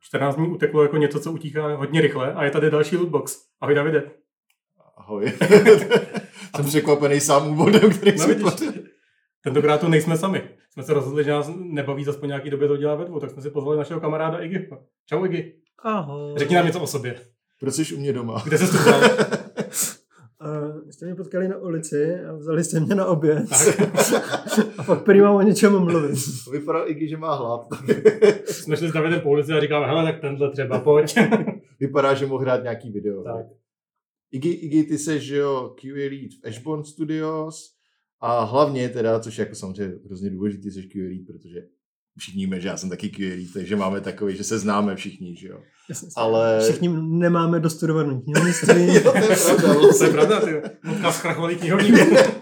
14 dní uteklo jako něco, co utíká hodně rychle a je tady další lootbox. Ahoj Davide. Ahoj. Jsem překvapený sám úvodem, který jsem vidíš, tentokrát tu nejsme sami. Jsme se rozhodli, že nás nebaví zase po nějaký době to dělat ve dvou, tak jsme si pozvali našeho kamaráda Iggy. Čau Iggy. Ahoj. Řekni nám něco o sobě. Proč jsi u mě doma? Kde jsi to vzal? Jste mě potkali na ulici a vzali jste mě na oběd. A pak prý mám o něčem mluvit. Vypadá Iggy, že má hlad. Jsme šli s Davidem po ulici a říkáme, hele, tak tenhle třeba, pojď. Vypadá, že mohl hrát nějaký video. Tak. Iggy, ty seš, že jo, QA lead v Ashbourne Studios a hlavně teda, což je jako samozřejmě hrozně důležitý, seš QA lead, protože všichni víme, že já jsem taky QA lead, takže máme takový, že se známe všichni, že jo. Ale... Všichni nemáme dostudovaný knihovnictví. To je pravda, ty podcast zkrachovalý knihovník.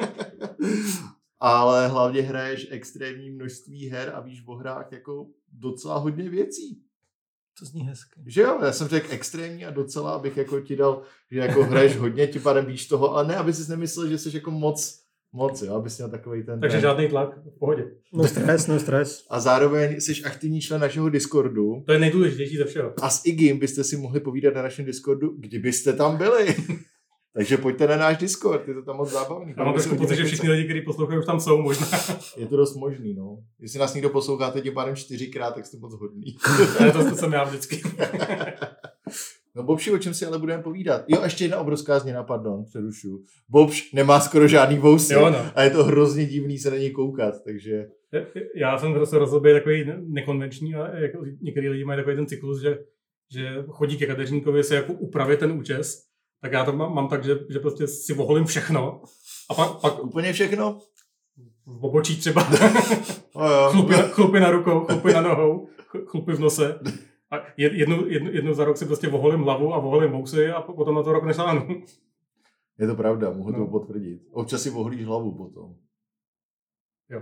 Ale hlavně hraješ extrémní množství her a víš o hrách jako docela hodně věcí. To zní hezky. Že jo, já jsem řekl extrémní a docela, abych jako ti dal, že jako hraješ hodně, tím pádem víš toho, ale ne, aby jsi nemyslel, že jsi jako moc, jo, abys měl takový ten... Takže žádný tlak, v pohodě. No stres. A zároveň jsi aktivní člen našeho Discordu. To je nejdůležitější ze všeho. A s Iggym byste si mohli povídat na našem Discordu, kdybyste tam byli. Takže pojďte na náš Discord, je to tam moc zábavný. Já mám trošku pocit, že všichni lidi, kteří poslouchají, už tam jsou možná. Je to dost možný, no. Jestli nás někdo posloucháte tím pádem 4krát, tak jste moc hodný. Ale to jsem já vždycky. No Bobši, o čem si ale budeme povídat? Jo, ještě jedna obrovská změna, pardon, přerušu. Bobš nemá skoro žádný vousy. Jo, no. A je to hrozně divný se na něj koukat, takže... Já jsem prostě rozhodl být takový nekonvenční a jako některý lidi mají takový ten cyklus, že chodí ke kadeřníkovi se jako upravit ten účes. Tak já to mám tak, že prostě si oholím všechno a pak úplně všechno? V obočí třeba. No chlupy na rukou, chlupy na nohou, chlupy v nose. A jednou za rok si prostě oholím hlavu a oholím vousy a potom na to rok nešlánu. Je to pravda, mohu to potvrdit. Občas si oholíš hlavu potom. Jo.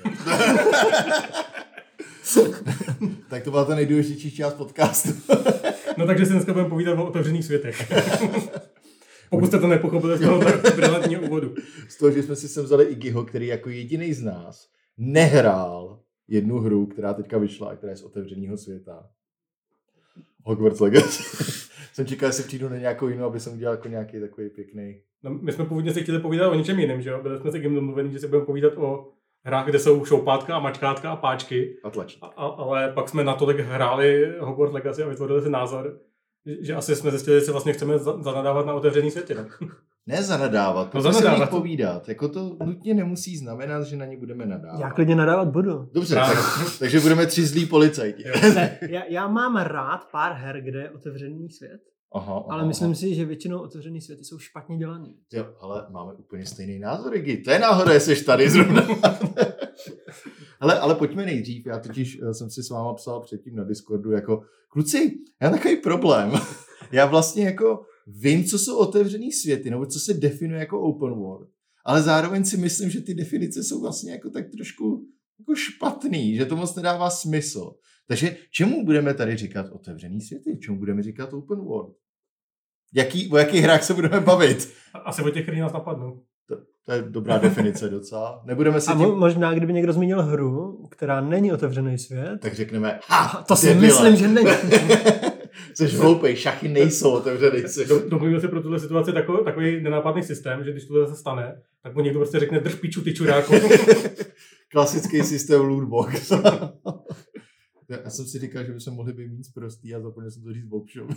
Tak to byla ta nejdůležitější část podcastu. No takže si dneska budeme povídat o otevřených světech. Pokud jste to nepochopili z toho brilantního úvodu. Z toho, že jsme si sem vzali Iggyho, který jako jediný z nás nehrál jednu hru, která teďka vyšla, která je z otevřeného světa. Hogwarts Legacy. Jsem čekal, že přijdu na nějakou jinou, aby jsem udělal jako nějaký takový pěkný. No, my jsme původně si chtěli povídat o něčem jiném, že jo? Byli jsme si Iggym domluveni, že si budeme povídat o hrách, kde jsou šoupátka a mačkátka a páčky. A tlačí. Ale pak jsme natolik hráli Hogwarts Legacy a vytvořili si názor, že asi jsme zjistili, že si vlastně chceme zanadávat na otevřený světě. Ne zanadávat, no zanadávat. Povídat. Jako to nutně nemusí znamenat, že na ně budeme nadávat. Já klidně nadávat budu. Dobře, takže budeme 3 zlí policajti. Já mám rád pár her, kde je otevřený svět. Aha, ale myslím si, že většinou otevřený světy jsou špatně dělaný. Jo, ale máme úplně stejný názor, Iggy. To je náhoda, jestli jsi tady zrovna. ale pojďme nejdřív. Já totiž jsem si s váma psal předtím na Discordu jako kluci, já mám takový problém. Já vlastně jako vím, co jsou otevřený světy, nebo co se definuje jako open world. Ale zároveň si myslím, že ty definice jsou vlastně jako tak trošku jako špatný, že to moc nedává smysl. Takže čemu budeme tady říkat otevřený světy? Čemu budeme říkat open world? O jakých hrách se budeme bavit? Asi o těch, který nás napadnou. To je dobrá definice docela. Nebudeme si možná, kdyby někdo zmínil hru, která není otevřený svět, tak řekneme, to si myslím, že není. Což hloupej, šachy nejsou otevřený svět. Domluvíme se pro tuhle situaci takový nenápadný systém, že když tohle se stane, tak mu někdo prostě řekne drž piču ty čuráku. Klasický systém lootbox. Já jsem si říkal, že bychom mohli být víc prostý a zapomněl jsem to říct Bobšovi.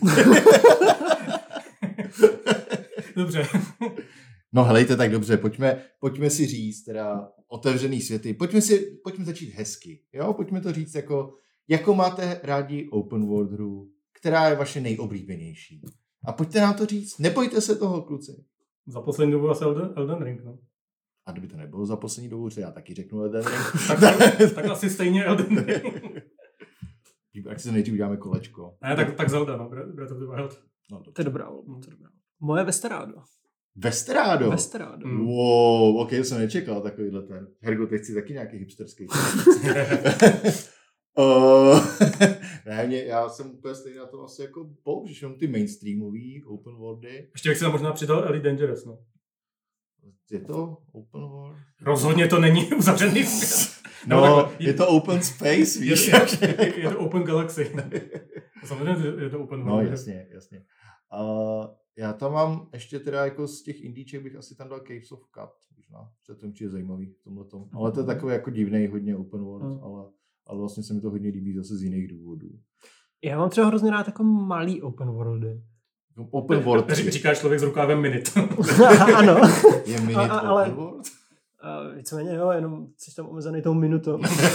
Dobře. No helejte, tak dobře, pojďme si říct teda otevřený světy. Pojďme začít hezky. Jo? Pojďme to říct jako máte rádi open world hru, která je vaše nejoblíbenější. A pojďte nám to říct. Nebojte se toho, kluci. Za poslední dobu asi Elden Ring, no. A kdyby to nebylo za poslední dobu, já taky řeknu Elden Ring. tak asi stejně Elden Ring. Jak si nejdřív uděláme kolečko. Ne, tak Zelda, no. Breath of the Wild. No, to je dobrá. Moje Westerado. Westerado? Westerado. Wow, ok, jsem nečekal takovýhle ten. Hergo, teď chci taky nějaký hipsterský. Ne, já jsem úplně stejný na tom asi jako Bob, že jsou ty mainstreamový open worldy. Ještě bych si tam možná přidal Elite Dangerous, no. Je to open world? Rozhodně to není uzavřený svět. No, je to open space, víš? Je to open galaxy. Samozřejmě je to open world. No, jasně. Já tam mám ještě teda jako z těch indíček bych asi tam dal Caves of Cut, možná, že to je zajímavý v tomhletom. Ale to je takový jako divnej, hodně open world, ale vlastně se mi to hodně líbí zase z jiných důvodů. Já mám třeba hrozně rád jako malý open worldy. Open world. Říká člověk s rukávem Minit. Ano. Je Minit open world? Víceméně jo, jenom jsi tam omezený tou minutou.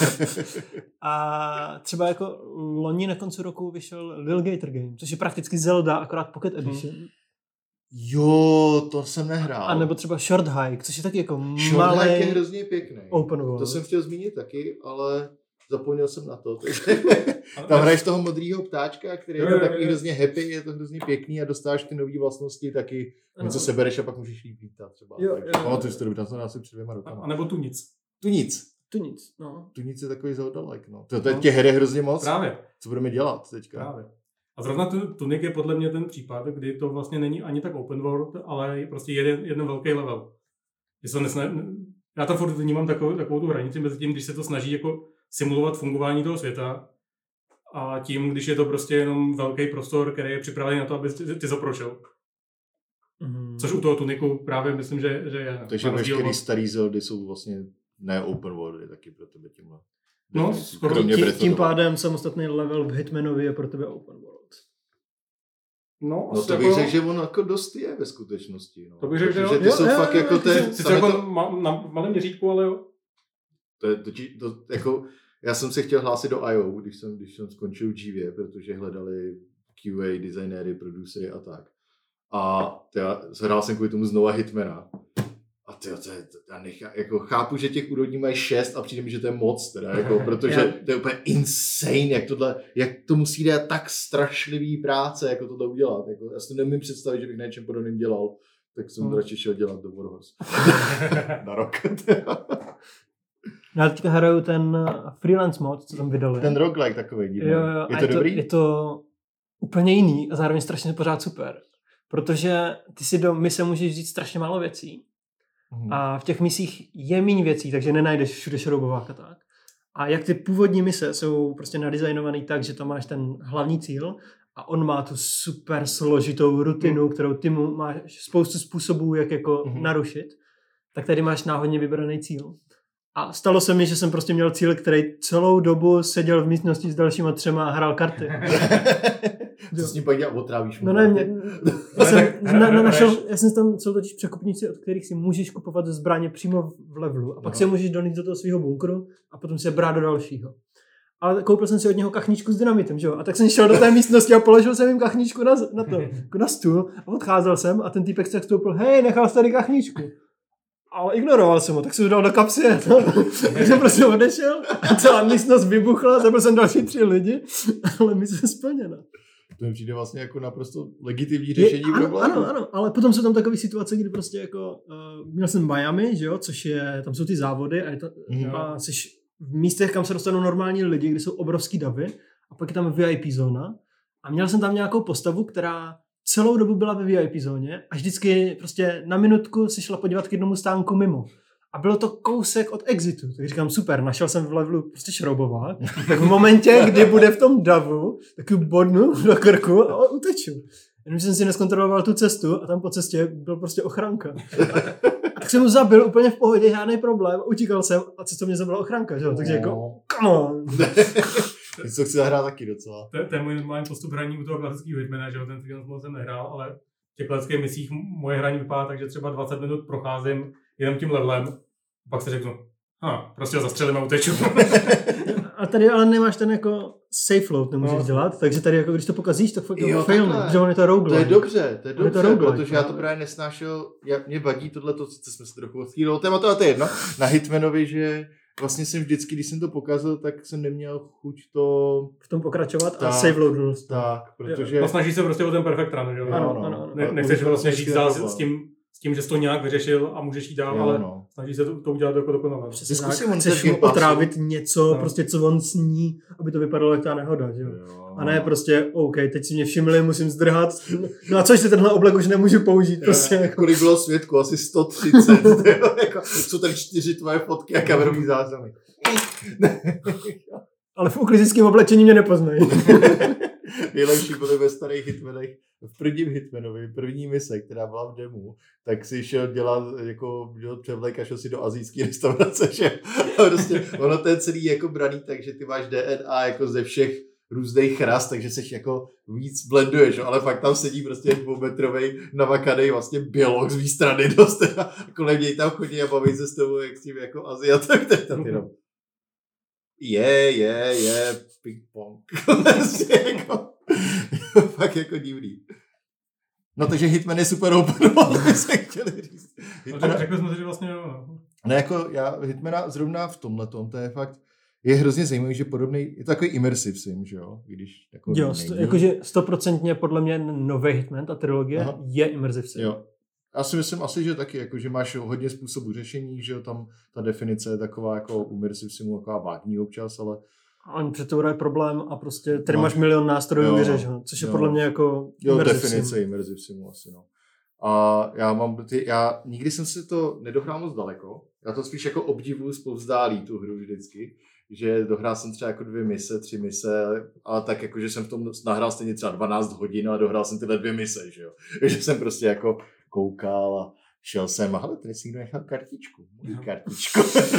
A třeba jako loni na konci roku vyšel Lil Gator Game, což je prakticky Zelda, akorát Pocket Edition. Jo, to jsem nehrál. A nebo třeba Short Hike, což je taky jako Short Hike je hrozně pěkný. Open world. To jsem chtěl zmínit taky, ale zapomněl jsem na to. Takže tam hraješ toho modrýho ptáčka, který je taky hrozně happy, je to hrozně pěkný a dostáváš ty nové vlastnosti, taky něco sebereš a pak můžeš líp lítat třeba. Pamatuješ to, tam to asi před 2 rokama. A nebo Tunic. Tunic je takový Zelda-like, no. To je těch her je hrozně moc. Právě. Co budeme dělat teďka? Právě. A zrovna Tunic je podle mě ten případ, kdy to vlastně není ani tak open world, ale je prostě jeden velký level. Já tam furt vnímám takovou tu hranici mezi tím, když se to snaží jako simulovat fungování toho světa a tím, když je to prostě jenom velký prostor, který je připravený na to, aby ty zaprošel. Což u toho Tuniku právě myslím, že je. Takže veškerý starý Zeldy jsou vlastně ne open worldy taky pro tebe tímhle. No, tím pádem samostatný level v Hitmanovi je pro tebe open world. No to bych řekl, že on jako dost je ve skutečnosti. No. To bych řekl, že ty jsou fakt jako sice jako na malém měřítku, ale jo. To jako, já jsem se chtěl hlásit do I.O., když jsem skončil GV, protože hledali QA, designéry, producery a tak. A hrál jsem kvůli tomu znova Hitmana. A jako chápu, že těch úrovní mají 6 a přijde mi, že to je moc, teda, jako, protože to je úplně insane, jak to musí dát tak strašlivý práce, jako tohle udělat. Jako, já si to nemůžu představit, že bych na něčem podobným dělal, tak jsem radši šel dělat do Warhorse. Na rok. Já teďka hraju ten freelance mod, co tam vydali. Ten roguelike takový divný. Jo, je to dobrý? Je to úplně jiný a zároveň strašně pořád super. Protože ty si do mise můžeš říct strašně málo věcí. A v těch misích je méně věcí, takže nenajdeš všude šroubovák a tak. A jak ty původní mise jsou prostě nadizajnovaný tak, že tam máš ten hlavní cíl a on má tu super složitou rutinu, kterou ty mu máš spoustu způsobů, jak jako narušit, tak tady máš náhodně vybraný cíl. A stalo se mi, že jsem prostě měl cíl, který celou dobu seděl v místnosti s dalšíma 3 a hrál karty. Co s ním pak dělal? Otrávíš mu? No ne, já jsem tam, jsou totiž překupníci, od kterých si můžeš kupovat zbraně přímo v levelu a pak se můžeš donít do toho svého bunkru a potom si je brát do dalšího. Ale koupil jsem si od něho kachničku s dynamitem, že jo? A tak jsem šel do té místnosti a položil jsem jim kachničku na stůl a odcházel jsem a ten týpek se vstoupil, hej, nechal jsi tady kachničku. Ale ignoroval jsem ho, tak jsem ho dal do kapsy. Tak jsem prostě odešel a celá místnost vybuchla, zabil jsem další 3 lidi, ale mise splněna. To mi přijde vlastně jako naprosto legitimní řešení problému. Ano, ale potom jsou tam takové situace, kdy prostě jako měl jsem Miami, že jo, což je, tam jsou ty závody a jsi v místech, kam se dostanou normální lidi, kde jsou obrovský davy a pak je tam VIP zóna a měl jsem tam nějakou postavu, která celou dobu byla ve VIP zóně a vždycky prostě na minutku se šla podívat k jednomu stánku mimo. A bylo to kousek od exitu. Tak říkám, super, našel jsem v levelu prostě šroubovák. Tak v momentě, kdy bude v tom davu, tak ji bodnu do krku a uteču. Jenom jsem si neskontroloval tu cestu a tam po cestě byl prostě ochranka. A tak jsem mu zabil úplně v pohodě, žádný problém. Utíkal jsem a cestou mě zabila ochranka. Že? Takže jako, come on. Co chci zahrát taky docela. To je můj normální postup hraní u toho klasického Hitmana, že ten freelance mod jsem nehrál, ale v těch klasických misích moje hraní vypadá tak, že třeba 20 minut procházím jenom tím levelem, pak si řeknu, prostě ho zastřelím a uteču. A tady ale nemáš ten jako safe load, nemůžeš dělat, takže tady jako když to pokazíš, tak fakt failne, protože on je to roguelike. To je dobře, protože já to právě nesnášel, mě vadí tohleto, co jsme se trochu odchýlili tématu, a to je jedno, na Hitmanovi, že vlastně jsem vždycky, když jsem to pokazil, tak jsem neměl chuť to v tom pokračovat a save load. Tak, protože... No snažíš se prostě o ten perfect run, že jo? Ano. Nechceš vlastně žít dál s tím s tím, že jsi to nějak vyřešil a můžeš jít dál, ale snaží se to udělat jako dokonale. Chceš mu otrávit něco, prostě co on sní, aby to vypadalo jak ta nehoda, že jo? A ne prostě, OK, teď si mě všimli, musím zdrhat, no a což si tenhle oblek už nemůžu použít, prostě. Jako. Kolik bylo svědků? Asi 130, jako, jsou tady 4 tvoje fotky a kamerový záznamy. Ale v uklizickém oblečení mě nepoznají. Nejlepší byly ve starých Hitmanech. V prvním Hitmanovi, první mise, která byla v demu, tak si šel dělat převlek a šel si do asijské restaurace, že? A prostě ono to je celý jako braný, takže ty máš DNA jako ze všech různých ras, takže seš jako víc blenduješ, ale fakt tam sedí prostě 2metrovej namakanej vlastně biolog z mý strany dost a kolem něj tam chodí a baví se s tebou jak s tím jako Aziatem, tak tam jenom ping pong. Jako, fakt jako divný. No takže Hitman je super open world, by se chtěli říct. Řekli jsme si, že vlastně jo. Ne, jako já Hitmana zrovna v tomhletom, to je fakt, je hrozně zajímavý, že podobný, je to takový immersive sim, že jo? Když jako jo, jakože 100% podle mě nový Hitman, ta trilogie, je immersive sim. Jo. Já si myslím asi, že taky, jako, že máš hodně způsobů řešení, že jo, tam ta definice je taková jako immersive simu, taková vágní občas, ale oni před tebou dají problém a prostě tady máš milion nástrojů, vyřeš ho, což je podle mě jako definice immersive simu asi, no. A já nikdy jsem si to nedohrál moc daleko, já to spíš jako obdivuju zpovzdálí tu hru vždycky, že dohrál jsem třeba jako 2 mise, 3 mise, ale tak jako, že jsem v tom nahrál stejně třeba 12 hodin a dohrál jsem tyhle 2 mise, že jo. Že jsem prostě jako koukal a šel jsem a hele, tady si někdo nechal kartičku, moji kartičku.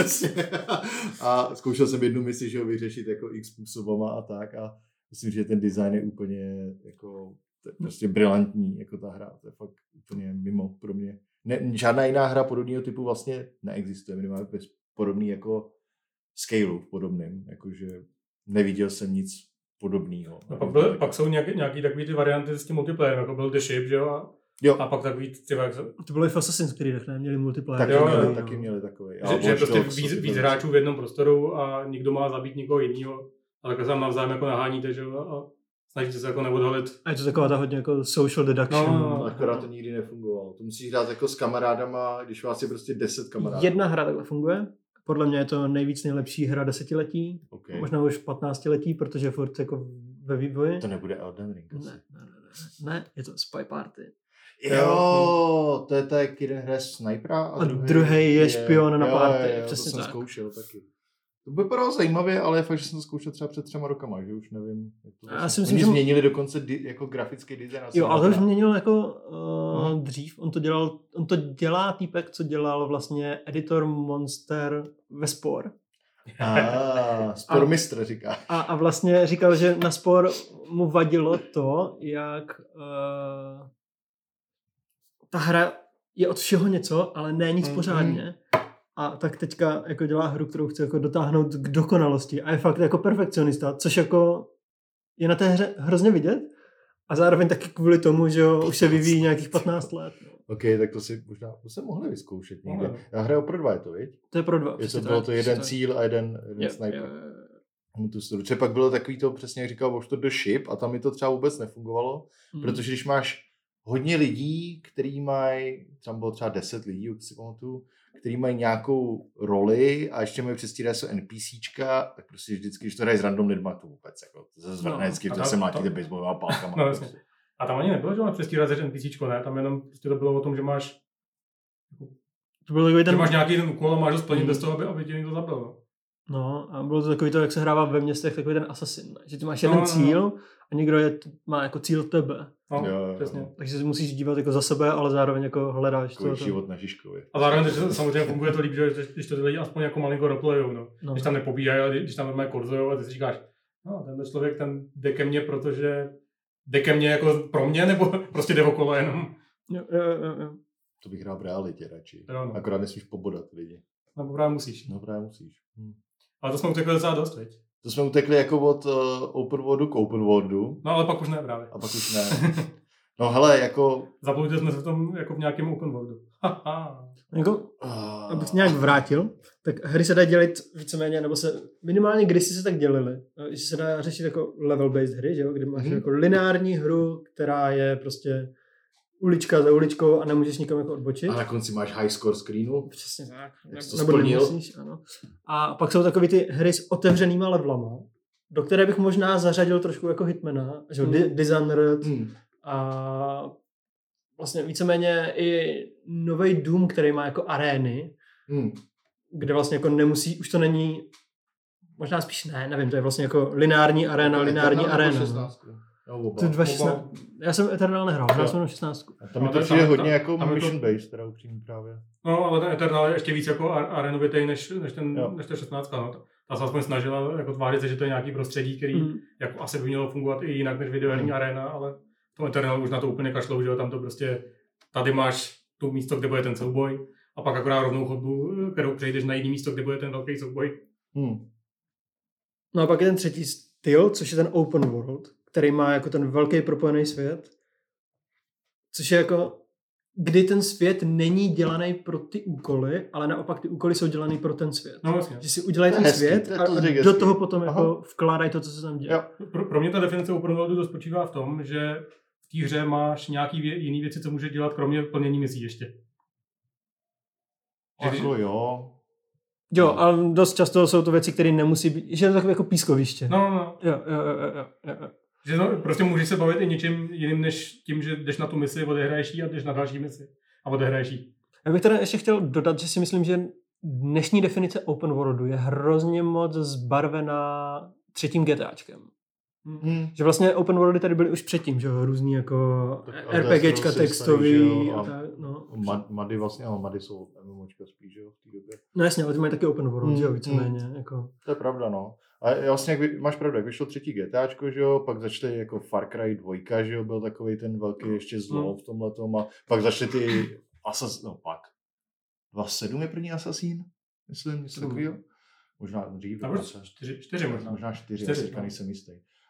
A zkoušel jsem jednu misi, že ho vyřešit jako x způsobama a tak a myslím, že ten design je úplně jako prostě brilantní, jako ta hra, to je fakt úplně mimo pro mě. Žádná jiná hra podobného typu vlastně neexistuje, minimálně bez podobný jako scaleu v podobném, jakože neviděl jsem nic podobného. No pak jsou nějaký takový ty varianty s tím multiplayerem, jako byl The Ship, že jo? A pak takový třeba... To bylo i v Assassin's Creed, ne? Měli multiplayer. Taky měli takový. Že prostě víc hráčů v jednom prostoru a někdo má zabít někoho jiného. A takhle se tam navzájem jako naháníte, že jo? A snažíte se jako neodhalit. A je to taková ta hodně jako social deduction. No, akorát to nikdy nefungovalo. To musíš hrát jako s kamarádama, když vás je prostě 10 kamarádů. Jedna hra takhle funguje. Podle mě je to nejlepší hra 10letí. Okay. Možná už 15letí, protože furt jako ve vývoji. To nebude Elden Ring. Ne, je to Spy Party. Jo, to je tak, jeden hraje snajpera a druhý je špion na party. Přesně to jsem tak. zkoušel taky. To by bylo zajímavé, ale je fakt, že jsem to zkoušel třeba před 3 rokama, že už nevím. Jak to já si myslím, oni změnili dokonce jako grafický design. Jo, ale to už měnil jako dřív. On to dělá týpek, co dělal vlastně editor Monster ve Spore. Spor mistr říká. A vlastně říkal, že na Spor mu vadilo to, jak ta hra je od všeho něco, ale ne nic pořádně. A tak teďka jako dělá hru, kterou chce jako dotáhnout k dokonalosti a je fakt jako perfekcionista, což jako je na té hře hrozně vidět a zároveň taky kvůli tomu, že jo, už se vyvíjí nějakých 15 let. OK, tak to si možná mohli vyzkoušet někde. Já hraju pro 2, je to, viď? To je pro 2. Bylo to jeden cíl a jeden sniper. Pak bylo takový to, přesně jak říkal, už to The Ship a tam mi to třeba vůbec nefungovalo, protože když máš hodně lidí, který mají, tam bylo třeba 10 lidí, si pamatuju, který mají nějakou roli a ještě mají přestírají se NPCčka, tak prostě vždycky, když to hrají s random lidma, to vůbec jako, to se zvrhne vždycky, to se mlátíte baseballová pálkama. No, prostě. A tam ani nebylo, že máš přestírat se NPCčko, ne? Tam jenom prostě to bylo o tom, že máš že máš nějaký ten úkol a máš ho splnit bez toho, aby tě někdo zabil. No? No a bylo to takový to, jak se hrává ve městech, takový ten Assassin, ne? Že ty máš jeden cíl a někdo má jako cíl tebe. No, přesně. Takže se musíš dívat jako za sebe, ale zároveň jako hledáš. Takový život na Žižkově. A zároveň samozřejmě funguje to líp, že když to ty lidi aspoň jako malinko replayujou, no. Když tam nepobíhají a když tam normálně korzujou a ty si říkáš, no tenhle člověk ten jde ke mně, protože jde ke mně jako pro mě, nebo prostě jde okolo jenom. Jo. To bych hrál v realitě radši. Jo, no. Akorát nesmíš pobodat lidi. No právě musíš. Ale to jsme utekli docela dost, veď? To jsme utekli jako od open worldu k open worldu. No ale pak už ne právě. A pak už ne. No hele, jako... Zabludili jsme se v tom jako v nějakém open worldu. Jako, abych se nějak vrátil, tak hry se dá dělit víceméně, nebo se minimálně kdysi se tak dělily. Že se dá řešit jako level-based hry, že jo? Kdy máš jako lineární hru, která je prostě ulička za uličkou a nemůžeš nikam jako odbočit. A na konci máš high score screenu. Přesně tak. Jak jsi to Nebo splnil? nemusíš, ano. A pak jsou takové ty hry s otevřenýma levelama, do které bych možná zařadil trošku jako Hitmana, že Dishonored a vlastně víceméně i nový Doom, který má jako arény, kde vlastně jako nemusí, už to není, možná spíš nevím, to je vlastně jako lineární aréna. To 2016. Já jsem Eternal nehrál, hrál jsem na 16. A tam to přijde hodně jako mission based, teda upřímně právě. No, ale ten Eternal je ještě víc jako arenovitý než ta 16. No. Ta se aspoň snažila jako tvářit se, že to je nějaký prostředí, který jako asi by mělo fungovat i jinak než videoherní arena, ale v tom Eternal už na to úplně kašlou, že jo, tam to prostě, tady máš tu místo, kde bude ten souboj a pak akorát rovnou chodbu, kterou přejdeš na jiný místo, kde bude ten velký souboj. No a pak je ten třetí styl, což je ten open world, který má jako ten velký propojený svět, což je jako, kdy ten svět není dělaný pro ty úkoly, ale naopak ty úkoly jsou dělaný pro ten svět. No vlastně. Že si udělají ten svět a do toho potom jako vkládají to, co se tam děje. Pro mě ta definice open worldu to spočívá v tom, že v té hře máš nějaký jiný věci, co může dělat kromě plnění misí ještě. Jako jo. Jo, ale dost často jsou to věci, které nemusí být, že je to takové jako pískoviště. No. Jo. Že prostě můžeš se bavit i něčím jiným, než tím, že jdeš na tu misi, odehraješ ji a jdeš na další misi a odehraješ ji. Já bych teda ještě chtěl dodat, že si myslím, že dnešní definice open worldu je hrozně moc zbarvená třetím GTAčkem. Že vlastně open worldy tady byly už předtím, že jo, různý jako RPGčka textový a tak, no. Mady vlastně, ale Mady jsou MMOčka spíš, že jo, v té době. No jasně, ale ty mají taky open world, že jo, víceméně, jako. To je pravda, no. A vlastně, máš pravdu, jak vyšlo třetí GTAčko, že jo, pak začaly jako Far Cry 2, že jo, byl takovej ten velký ještě zlo v tomhletom a pak začaly ty pak. 2.7 je první Assassin, myslím, něco takového. Možná dřív. Čtyři možná. Možná 4, já si nejsem jistý.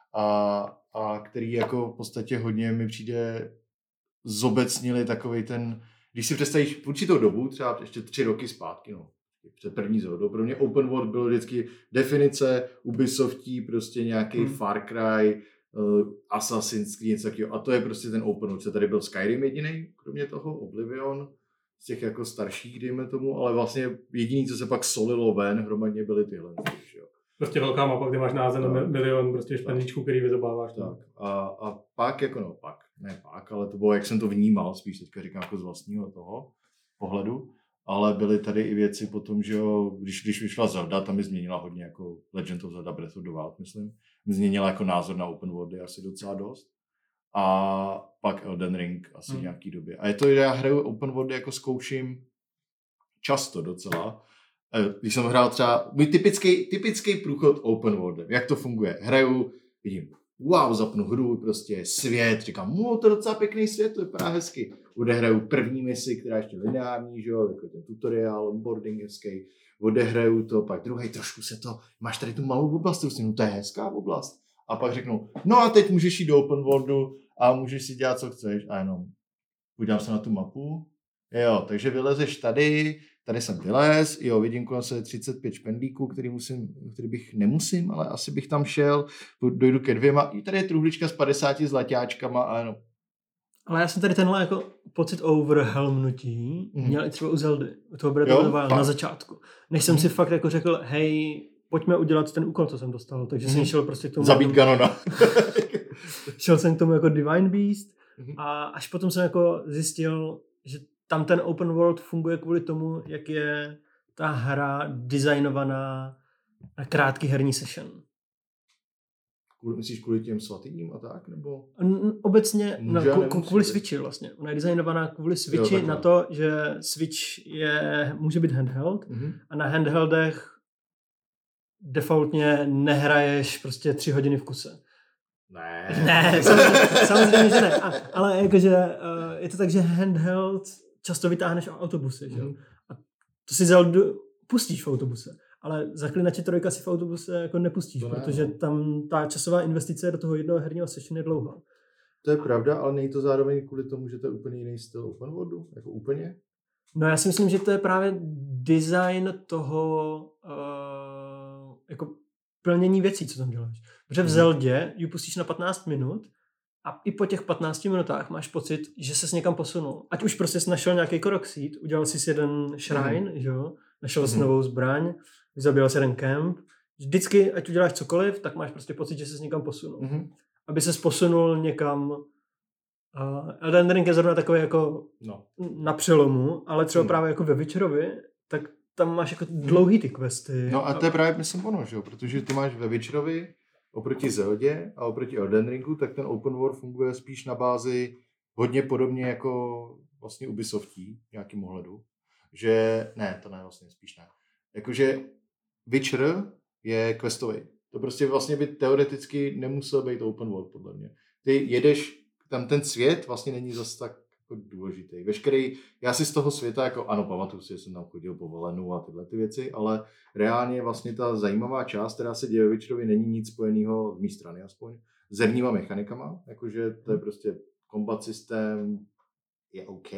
A který jako v podstatě hodně mi přijde zobecnili takovej ten, když si představíš v určitou dobu, třeba ještě 3 roky zpátky, no, před první zhodou, pro mě open world byl vždycky definice Ubisoftí, prostě nějaký Far Cry, Assassin's Creed, něco takového, a to je prostě ten open world. Tady byl Skyrim jediný, kromě toho, Oblivion, z těch jako starších, dejme tomu, ale vlastně jediný, co se pak solilo ven, hromadně byly tyhle, že jo. Prostě velká mapa, kde máš název na milion prostě špendlíčků, který vyzobáváš. Tak. A pak jako ale to bylo, jak jsem to vnímal, spíš teďka říkám jako z vlastního toho pohledu, ale byly tady i věci potom, že jo, když vyšla Zelda, tam mi změnila hodně jako Legend of Zelda Breath of the Wild, myslím. Změnila jako názor na open worldy asi docela dost. A pak Elden Ring asi v nějaký době. A je to, že já hraju open worldy jako zkouším často docela. Když jsem hrál třeba můj typický průchod open worldem, jak to funguje. Hraju, vidím, zapnu hru, prostě svět, říkám, to je docela pěkný svět, to vypadá hezky. Odehraju první misi, která je ještě lineární, že jo, jako ten tutoriál, onboarding hezký. Odehraju to, pak druhý, trošku se to, máš tady tu malou oblast, to je hezká oblast. A pak řeknu, no a teď můžeš jít do open worldu a můžeš si dělat, co chceš. A jenom podívám se na tu mapu. Jo, takže vylezeš tady jsem vylez, jo, vidím kolem se 35 špendlíků, který bych nemusím, ale asi bych tam šel, dojdu ke 2, i tady je truhlička s 50 zlaťáčkama a jenom. Ale já jsem tady tenhle jako pocit overwhelmnutí měl i třeba u Zeldy, u toho Breath of the Wild na začátku. Než jsem si fakt jako řekl, hej, pojďme udělat ten úkol, co jsem dostal, takže jsem šel prostě k tomu. Zabít Ganona. Šel jsem k tomu jako Divine Beast a až potom jsem jako zjistil, že tam ten open world funguje kvůli tomu, jak je ta hra designovaná na krátký herní session. Myslíš kvůli těm svatým a tak? Nebo? Obecně kvůli Switchi vlastně. Ona je designovaná kvůli Switchi na to, že Switch může být handheld a na handheldech defaultně nehraješ prostě 3 hodiny v kuse. Ne, samozřejmě, že ne. Ale jakože je to tak, že handheld často vytáhneš autobusy, že jo? A to si Zeldu pustíš v autobuse, ale Zaklinače 3 si v autobuse jako nepustíš, protože tam ta časová investice do toho jednoho herního sessionu je dlouhá. To je pravda, ale není to zároveň kvůli tomu, že to je úplně jiný styl open worldu? Jako úplně? No já si myslím, že to je právě design toho jako plnění věcí, co tam děláš. Protože v Zeldě ji pustíš na 15 minut A i po těch 15 minutách máš pocit, že ses někam posunul. Ať už prostě jsi našel nějaký korok seed, udělal jsi jeden shrine, že jo? Našel jsi novou zbraň, zabíjel jsi jeden camp. Vždycky, ať uděláš cokoliv, tak máš prostě pocit, že ses někam posunul. Aby ses posunul někam. Elden Ring je zrovna takový jako na přelomu, ale třeba právě jako ve Witcherovi, tak tam máš jako dlouhý ty questy. No a to je právě myslím ono, že jo? Protože ty máš ve Witcherovi oproti Zeldě a oproti Elden Ringu, tak ten open world funguje spíš na bázi hodně podobně jako vlastně Ubisoftí v nějakým ohledu. Že, ne, to ne, vlastně spíš ne. Jakože Witcher je questový. To prostě vlastně by teoreticky nemusel být open world, podle mě. Ty jedeš, tam ten svět vlastně není zase tak jako důležitý. Veškerý, já si z toho světa, jako ano, pamatuju si, že jsem tam chodil po Volenu a tyhle ty věci, ale reálně vlastně ta zajímavá část, která se děje ve Witcherovi, není nic spojeného z mé strany aspoň, s herníma mechanikama, jakože to je prostě combat systém, je OK,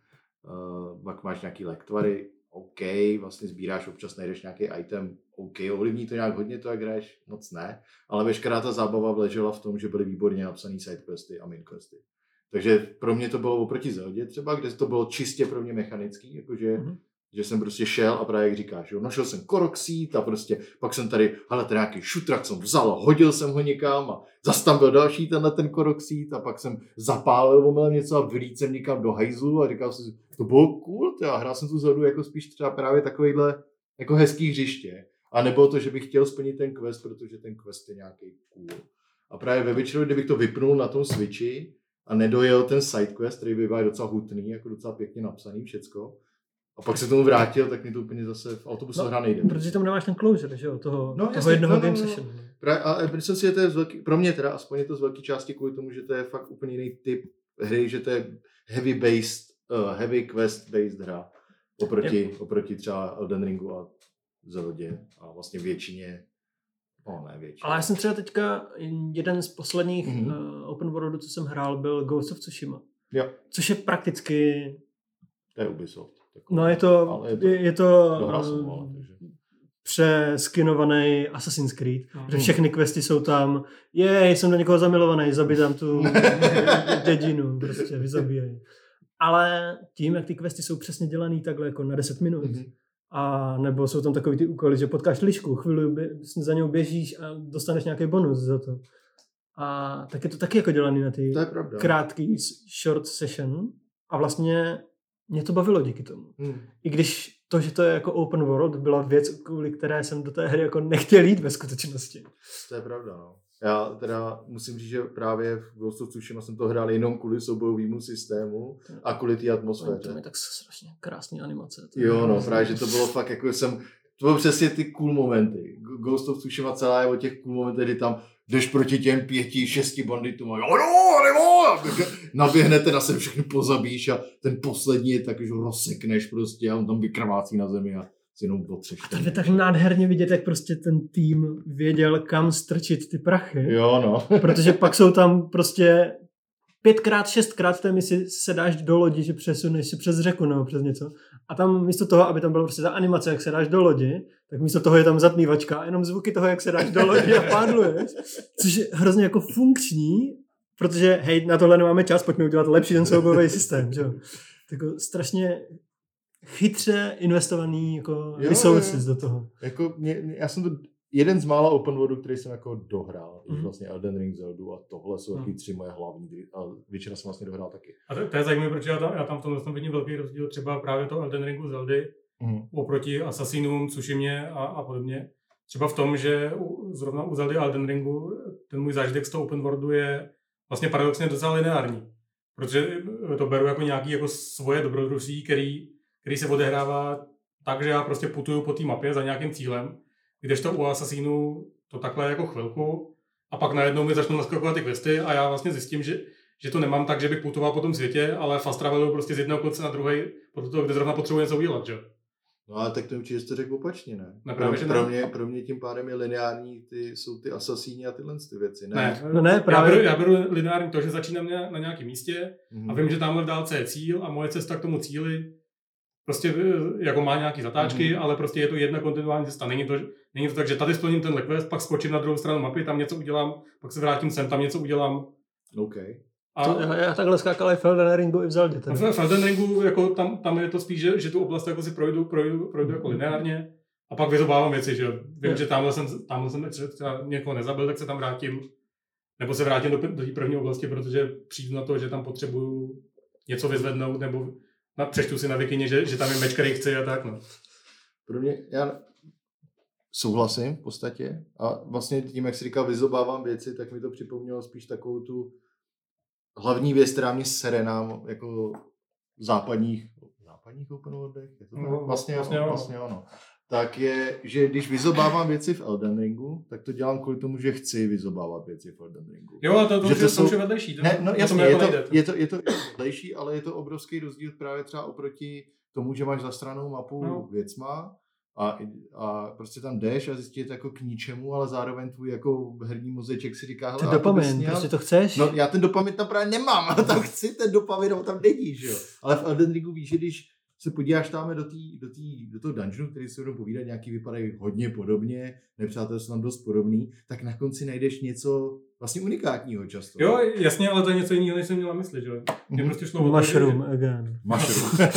pak máš nějaký lektvary, OK, vlastně sbíráš, občas najdeš nějaký item, OK, ovlivní to nějak hodně to, jak hraješ, moc ne, ale veškerá ta zábava ležela v tom, že byly výborně napsaný sidequesty a mainquesty. Takže pro mě to bylo oproti Zeldě třeba, kde to bylo čistě pro mě mechanický, jakože že jsem prostě šel a právě jak říkáš, jo, našel jsem korok seed a prostě pak jsem tady, hele, ten nějaký šutrak jsem vzal a hodil jsem ho někam a zas tam byl další ten korok seed a pak jsem zapálil omylem něco a vylít jsem někam do hajzlu a říkal jsem si, to bylo cool, a hrál jsem tu Zeldu jako spíš třeba právě takovýhle jako hezký hřiště. A nebylo to, že bych chtěl splnit ten quest, protože ten quest je nějaký cool. A právě ve Witcherovi, kdybych to vypnul na tom Switchi a nedojel ten sidequest, který bývá docela hutný, jako docela pěkně napsaný všecko, a pak se tomu vrátil, tak mi to úplně zase v autobuse hra nejde. Protože tam nemáš ten closure, že jo, toho jednoho game sessionu. A myslím si, že to je pro mě teda, aspoň je to z velké části kvůli tomu, že to je fakt úplně jiný typ hry, že to je heavy quest based hra oproti třeba Elden Ringu a Zeldě a vlastně většině. Ale já jsem třeba teďka, jeden z posledních open worldů, co jsem hrál, byl Ghost of Tsushima. Jo. Což je prakticky... To je Ubisoft. No je to přeskinovaný Assassin's Creed, že všechny questy jsou tam, jsem do někoho zamilovaný, zabij tam tu dědinu, prostě vyzabíjej. Ale tím, jak ty questy jsou přesně dělaný takhle jako na 10 minut, a nebo jsou tam takový ty úkoly, že potkáš lišku, chvíli za něj běžíš a dostaneš nějaký bonus za to. A tak je to taky jako dělaný na ty krátký short session a vlastně mě to bavilo díky tomu. I když to, že to je jako open world, byla věc, kvůli které jsem do té hry jako nechtěl jít ve skutečnosti. To je pravda, no. Já teda musím říct, že právě v Ghost of Tsushima jsem to hrál jenom kvůli soubojovému systému a kvůli té atmosféře. To je tak strašně krásný animace. Jo, no, právě, že to bylo fakt jako to bylo přesně ty cool momenty. Ghost of Tsushima celá je o těch cool momentech, kdy tam jdeš proti těm 5-6 banditům a naběhnete na sebe, všechny pozabíš a ten poslední je tak, že ho rozsekneš prostě a on tam vykrvácí na zemi a jenom potřeš. A to je tak nádherně vidět, jak prostě ten tým věděl, kam strčit ty prachy. Jo, no. Protože pak jsou tam prostě 5x, 6x v té misi se dáš do lodi, že přesuneš si přes řeku nebo přes něco. A tam místo toho, aby tam byla prostě ta animace, jak se dáš do lodi, tak místo toho je tam zatmívačka a jenom zvuky toho, jak se dáš do lodi a pádluješ. Což je hrozně jako funkční, protože hej, na tohle nemáme čas, pojďme udělat lepší ten soubojový systém. Že? Tak strašně chytře investovaný jako resources do toho. Jako já jsem to jeden z mála open worldů, který jsem jako dohrál. Vlastně Elden Ring, Zeldu a tohle jsou taky 3 moje hlavní. A většina jsem vlastně dohrál taky. A to je zajímavé, protože já tam v tom vidím velký rozdíl třeba právě to Elden Ringu, Zeldy oproti Assassinům, Tsushimě a podobně. Třeba v tom, že zrovna u Zeldy a Elden Ringu ten můj zážitek z toho open worldu je vlastně paradoxně docela lineární. Protože to beru jako nějaký jako svoje dobrodružství, který se odehrává tak, že já prostě putuju po té mapě za nějakým cílem, kdežto u Assassinu to takhle jako chvilku a pak najednou mi začnou naskakovat ty questy a já vlastně zjistím, že to nemám tak, že bych putoval po tom světě, ale fast traveluju prostě z jednoho konce na druhý, podle toho, kde zrovna potřebuji něco udělat, že? No ale tak to určitě jste řekl opačně, ne? Pro mě tím pádem je lineární, jsou ty Assassini a tyhle ty věci, ne? Ne, právě. Já beru lineární to, že začínám na nějakém místě a vím, že tamhle v dálce je cíl a moje cesta k tomu cíli prostě jako má nějaký zatáčky, ale prostě je to jedna kontinuální cesta. Není to tak, že tady splním ten quest, pak skočím na druhou stranu mapy, tam něco udělám, pak se vrátím sem, tam něco udělám OK. Já takhle skákal i v Elden Ringu i v Zeldě. V Elden Ringu jako tam je to spíš, že tu oblast jako si projdu jako lineárně a pak vyzobávám věci, že vím, že tamhle jsem třeba někoho nezabil, tak se tam vrátím, nebo se vrátím do té první oblasti, protože přijdu na to, že tam potřebuju něco vyzvednout, nebo přečtu si na Wikině, že tam je meč, který chci a tak, no. Pro mě, já souhlasím v podstatě a vlastně tím, jak jsi říkal, vyzobávám věci, tak mi to připomnělo spíš takovou tu hlavní věc, která mě sere nám jako západních open worldech, je to tak? No, vlastně ono. Tak je, že když vyzobávám věci v Elden Ringu, tak to dělám kvůli tomu, že chci vyzobávat věci v Elden Ringu. Jo, a to už je vedlejší. Jasně, je to vedlejší, ale je to obrovský rozdíl právě třeba oproti tomu, že máš zastranou mapu věcma a prostě tam jdeš a zjistíš to jako k ničemu, ale zároveň tvůj jako herní mozeček si říká, hele, dopamin, prostě to chceš? No já ten dopamin tam právě nemám, ale tam chci ten dopamin, on tam není, že jo. Ale v Elden Ringu víš, že když se podíváš tam do toho dungeonu, který se budou povídat, nějaký vypadají hodně podobně, nepřátelé jsou tam dost podobný, tak na konci najdeš něco vlastně unikátního často. Jo, jasně, ale to je něco jiného, než jsem měla myslet, že jo. Mně prostě šlo o to, Mushroom again. Mushroom.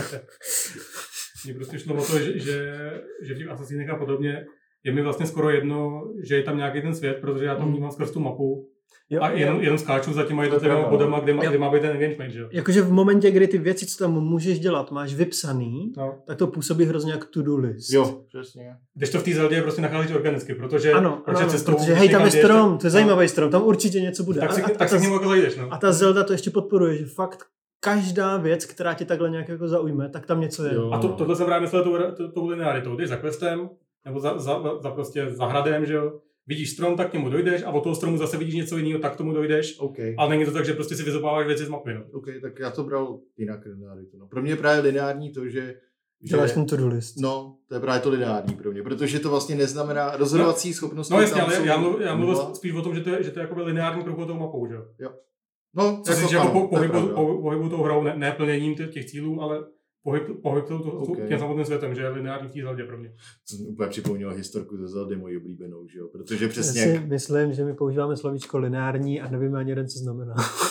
Mně prostě šlo o to, že v těch Assassinech a podobně je mi vlastně skoro jedno, že je tam nějaký ten svět, protože já to vnímám skrz tu mapu. Jo, a jenom skáču za těma jednotlivými bodama, kde má být ten engagement, že jo? Jakože v momentě, kdy ty věci, co tam můžeš dělat, máš vypsaný, tak to působí hrozně jak to-do list. Jo, přesně. Když to v té Zeldě prostě nacházíš organicky, protože hej, tam je strom, to je zajímavý strom, tam určitě něco bude. Tak si k němu jako zajdeš, no. A ta Zelda to ještě podporuje, že fakt každá věc, která tě takhle nějak jako zaujme, tak tam něco je. Jo. A tohle jsem právě myslel tou linearitou. Jdeš za questem, nebo za prostě za hradem, že jo? Vidíš strom, tak k němu dojdeš a od toho stromu zase vidíš něco jiného, tak k tomu dojdeš. Okay. Ale není to tak, že prostě si vyzobáváš věci z mapy. No. OK, tak já to bral jinak linearitu. No. Pro mě je právě lineární to, že děláš ten to-do list. No, to je právě to lineární pro mě, protože to vlastně neznamená rozhodovací schopnosti. No jasně, ale já mluvil spíš o tom, že to je jako lineární průchod tou mapou, že jo? Jo. No, jako pohybu tou hrou, ne plněním těch cílů, ale pohyb tím samotným světem, že je lineární v té Zeldě pro mě. Úplně připomnělo historku ze Zeldy, moji oblíbenou, že jo? Protože přesně... Já si myslím, že my používáme slovíčko lineární a nevíme ani jeden, co znamená.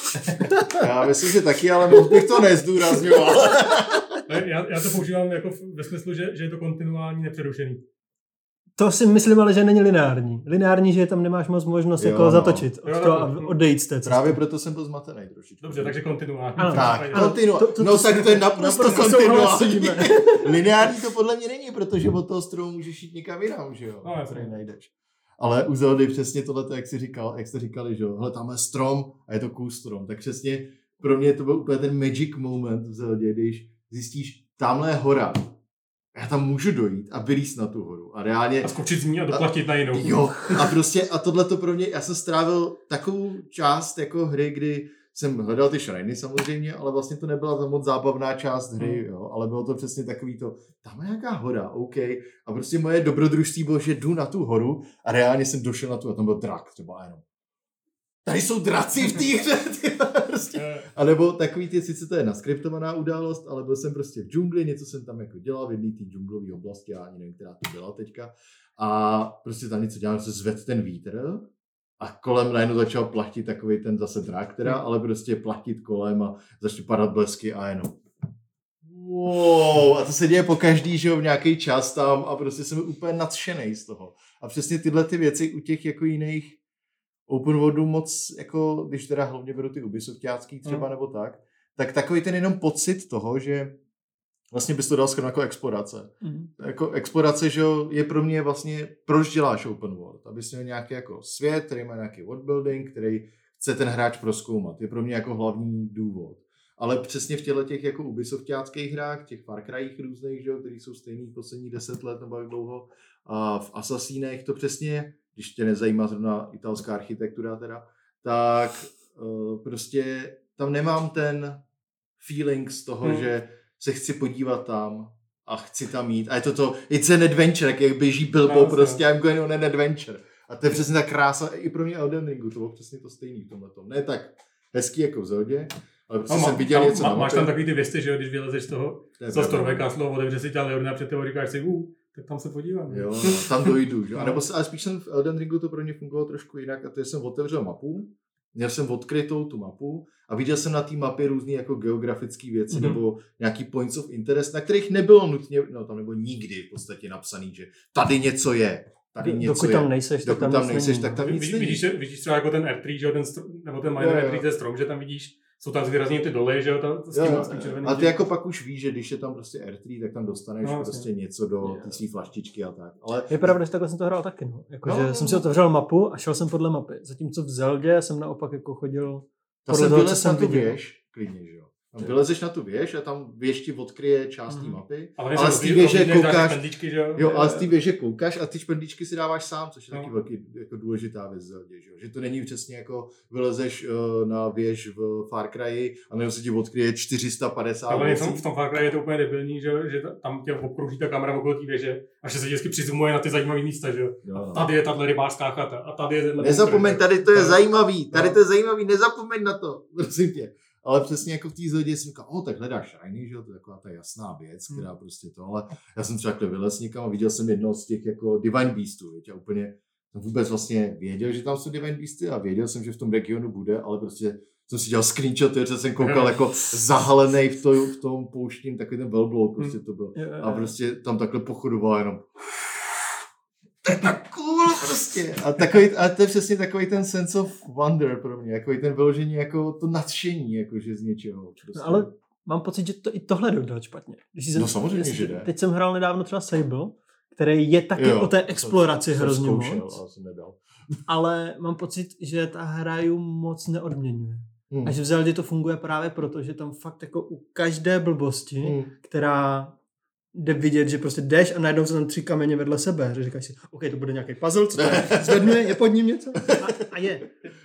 Já myslím, že taky, ale moc bych to nezdůrazňoval. Já to používám jako ve smyslu, že je to kontinuální, nepřerušený. To si myslím, ale že není lineární. Lineární, že tam nemáš moc možnost jako zatočit od toho a odejít z té cesty. Právě proto jsem byl zmatený trošičku. Dobře, takže kontinuální. Tak, kontinuální. No tak to je naprosto kontinuální. Lineární to podle mě není, protože od toho stromu můžeš jít někam jinam, že jo? No, který najdeš. Ale u Zeldy přesně tohleto, jak jste říkali, že jo? Hele, tam je strom a je to cool strom. Tak přesně pro mě to byl úplně ten magic moment v Zeldě, když zjistíš, tamhle je hora. Já tam můžu dojít a vylízt na tu horu. A reálně... A skočit z ní a doplatit na jinou. Jo. A prostě, a tohleto pro mě, já jsem strávil takovou část jako hry, kdy jsem hledal ty shriny samozřejmě, ale vlastně to nebyla ta moc zábavná část hry, jo. Ale bylo to přesně takový to, tam je nějaká hora, OK. A prostě moje dobrodružství bylo, že jdu na tu horu a reálně jsem došel na tu a tam byl drak třeba jenom. Tady jsou draci v té hře, prostě. A nebo takový ty, sice to je naskriptovaná událost, ale byl jsem prostě v džungli, něco jsem tam jako dělal v jedné té džunglové oblasti, já ani nevím, která to byla teďka. A prostě tam něco dělal, se zvedl ten vítr a kolem najednou začal platit takový ten zase drak, teda, ale prostě platit kolem a začaly padat blesky a jenom. Wow, a to se děje po každý, že jo, v nějaký čas tam a prostě jsem úplně nadšenej z toho. A přesně tyhle ty věci u těch jako jiných open worldu moc, jako, když teda hlavně beru ty Ubisoftiácký třeba nebo tak takový ten jenom pocit toho, že vlastně bys to dal skoro jako explorace. Jako explorace, že je pro mě vlastně, proč děláš open world? Abys měl nějaký jako svět, který má nějaký worldbuilding, který chce ten hráč prozkoumat. Je pro mě jako hlavní důvod. Ale přesně v těchto těch jako Ubisoftiáckých hrách, těch Far Cryích různých, že, který jsou stejný posledních 10 let nebo jak dlouho, a v Assassinech to přesně, když tě nezajímá zrovna italská architektura teda, tak prostě tam nemám ten feeling z toho, že se chci podívat tam a chci tam jít. A je to it's an adventure, jak běží Bilbo prostě, I'm going on an adventure. A to je přesně ta krása i pro mě Elden Ringu, to bylo přesně to stejný v tomhletom. Ne tak hezký jako v Zeldě, ale prostě jsem viděl něco na mapě. Máš tam takový ty věsty, že jo, když vylezeš z toho Stormway Castle, otevře si tě Leorina před tebou a říkáš si, tak tam se podívám. Jo, no, tam dojdu, že? Ale spíš jsem v Elden Ringu to pro mě fungovalo trošku jinak a to je, jsem otevřel mapu, měl jsem odkrytou tu mapu a viděl jsem na té mapě různé jako geografické věci nebo nějaký points of interest, na kterých nebylo nutně, no tam nebo nikdy v podstatě napsaný, že tady něco je. Dokud tam nejseš, tak tam nic není. Vidíš třeba jako ten R3, že nebo ten minor R3, ten strom, že tam vidíš, jsou tam zvýrazně ty doly, že jo, s tím červeným. A ty jako pak už víš, že když je tam prostě R3, tak tam dostaneš prostě něco do té svý flaštičky a tak. Ale je pravda, že takhle jsem to hrál taky, no. Jakože jsem si otevřel mapu a šel jsem podle mapy. Zatímco v Zeldě jsem naopak jako chodil podle toho, co jsem viděl. Klidně, že jo. Tam vylezeš na tu věž a tam věž ti odkryje část té mapy. Ale z té věže koukáš. Ale z té věže koukáš a ty špendlíčky si dáváš sám, což je taky velký jako důležitá věc v Zeldě, že jo. Že to není přesně jako vylezeš na věž v Far Cry a nebo se ti odkryje 450. Ale v tom Far Cry je to úplně debilní, že tam tě obkrouží ta kamera okolo té věže a že se vždycky přizumuje na ty zajímavé místa, že jo. A tady je tahle rybářská chata a tady je tenhle. Nezapomeň, tady to je zajímavý, nezapomeň na to, prosím tě. Ale přesně jako v té Zeldě jsem říkal, tak hledáš shiny, že jo, to je taková ta jasná věc, která prostě to, ale já jsem třeba vylez někam a viděl jsem jednoho z těch jako Divine Beastů, víte, a úplně jsem vůbec vlastně věděl, že tam jsou Divine Beasty a věděl jsem, že v tom regionu bude, ale prostě jsem si dělal screenshoty, že jsem koukal jako zahalenej v tom pouštím, takový ten velbloud prostě to byl. A prostě tam takhle pochodoval jenom to je tak cool prostě. A to je přesně takový ten sense of wonder pro mě, jako ten vyložení, jako to nadšení, jakože z něčeho. Prostě. No, ale mám pocit, že to i tohle dodal špatně. No samozřejmě, že jde. Teď jsem hrál nedávno třeba Sable, který je taky o té exploraci hrozně moc. Ale mám pocit, že ta hra ju moc neodměňuje. A že v Zeldě to funguje právě proto, že tam fakt jako u každé blbosti, která jde vidět, že prostě jdeš a najednou jsou tam 3 kameně vedle sebe. Že říkáš si, OK, to bude nějaký puzzle, co to je? Zvedne, je pod ním něco? A je.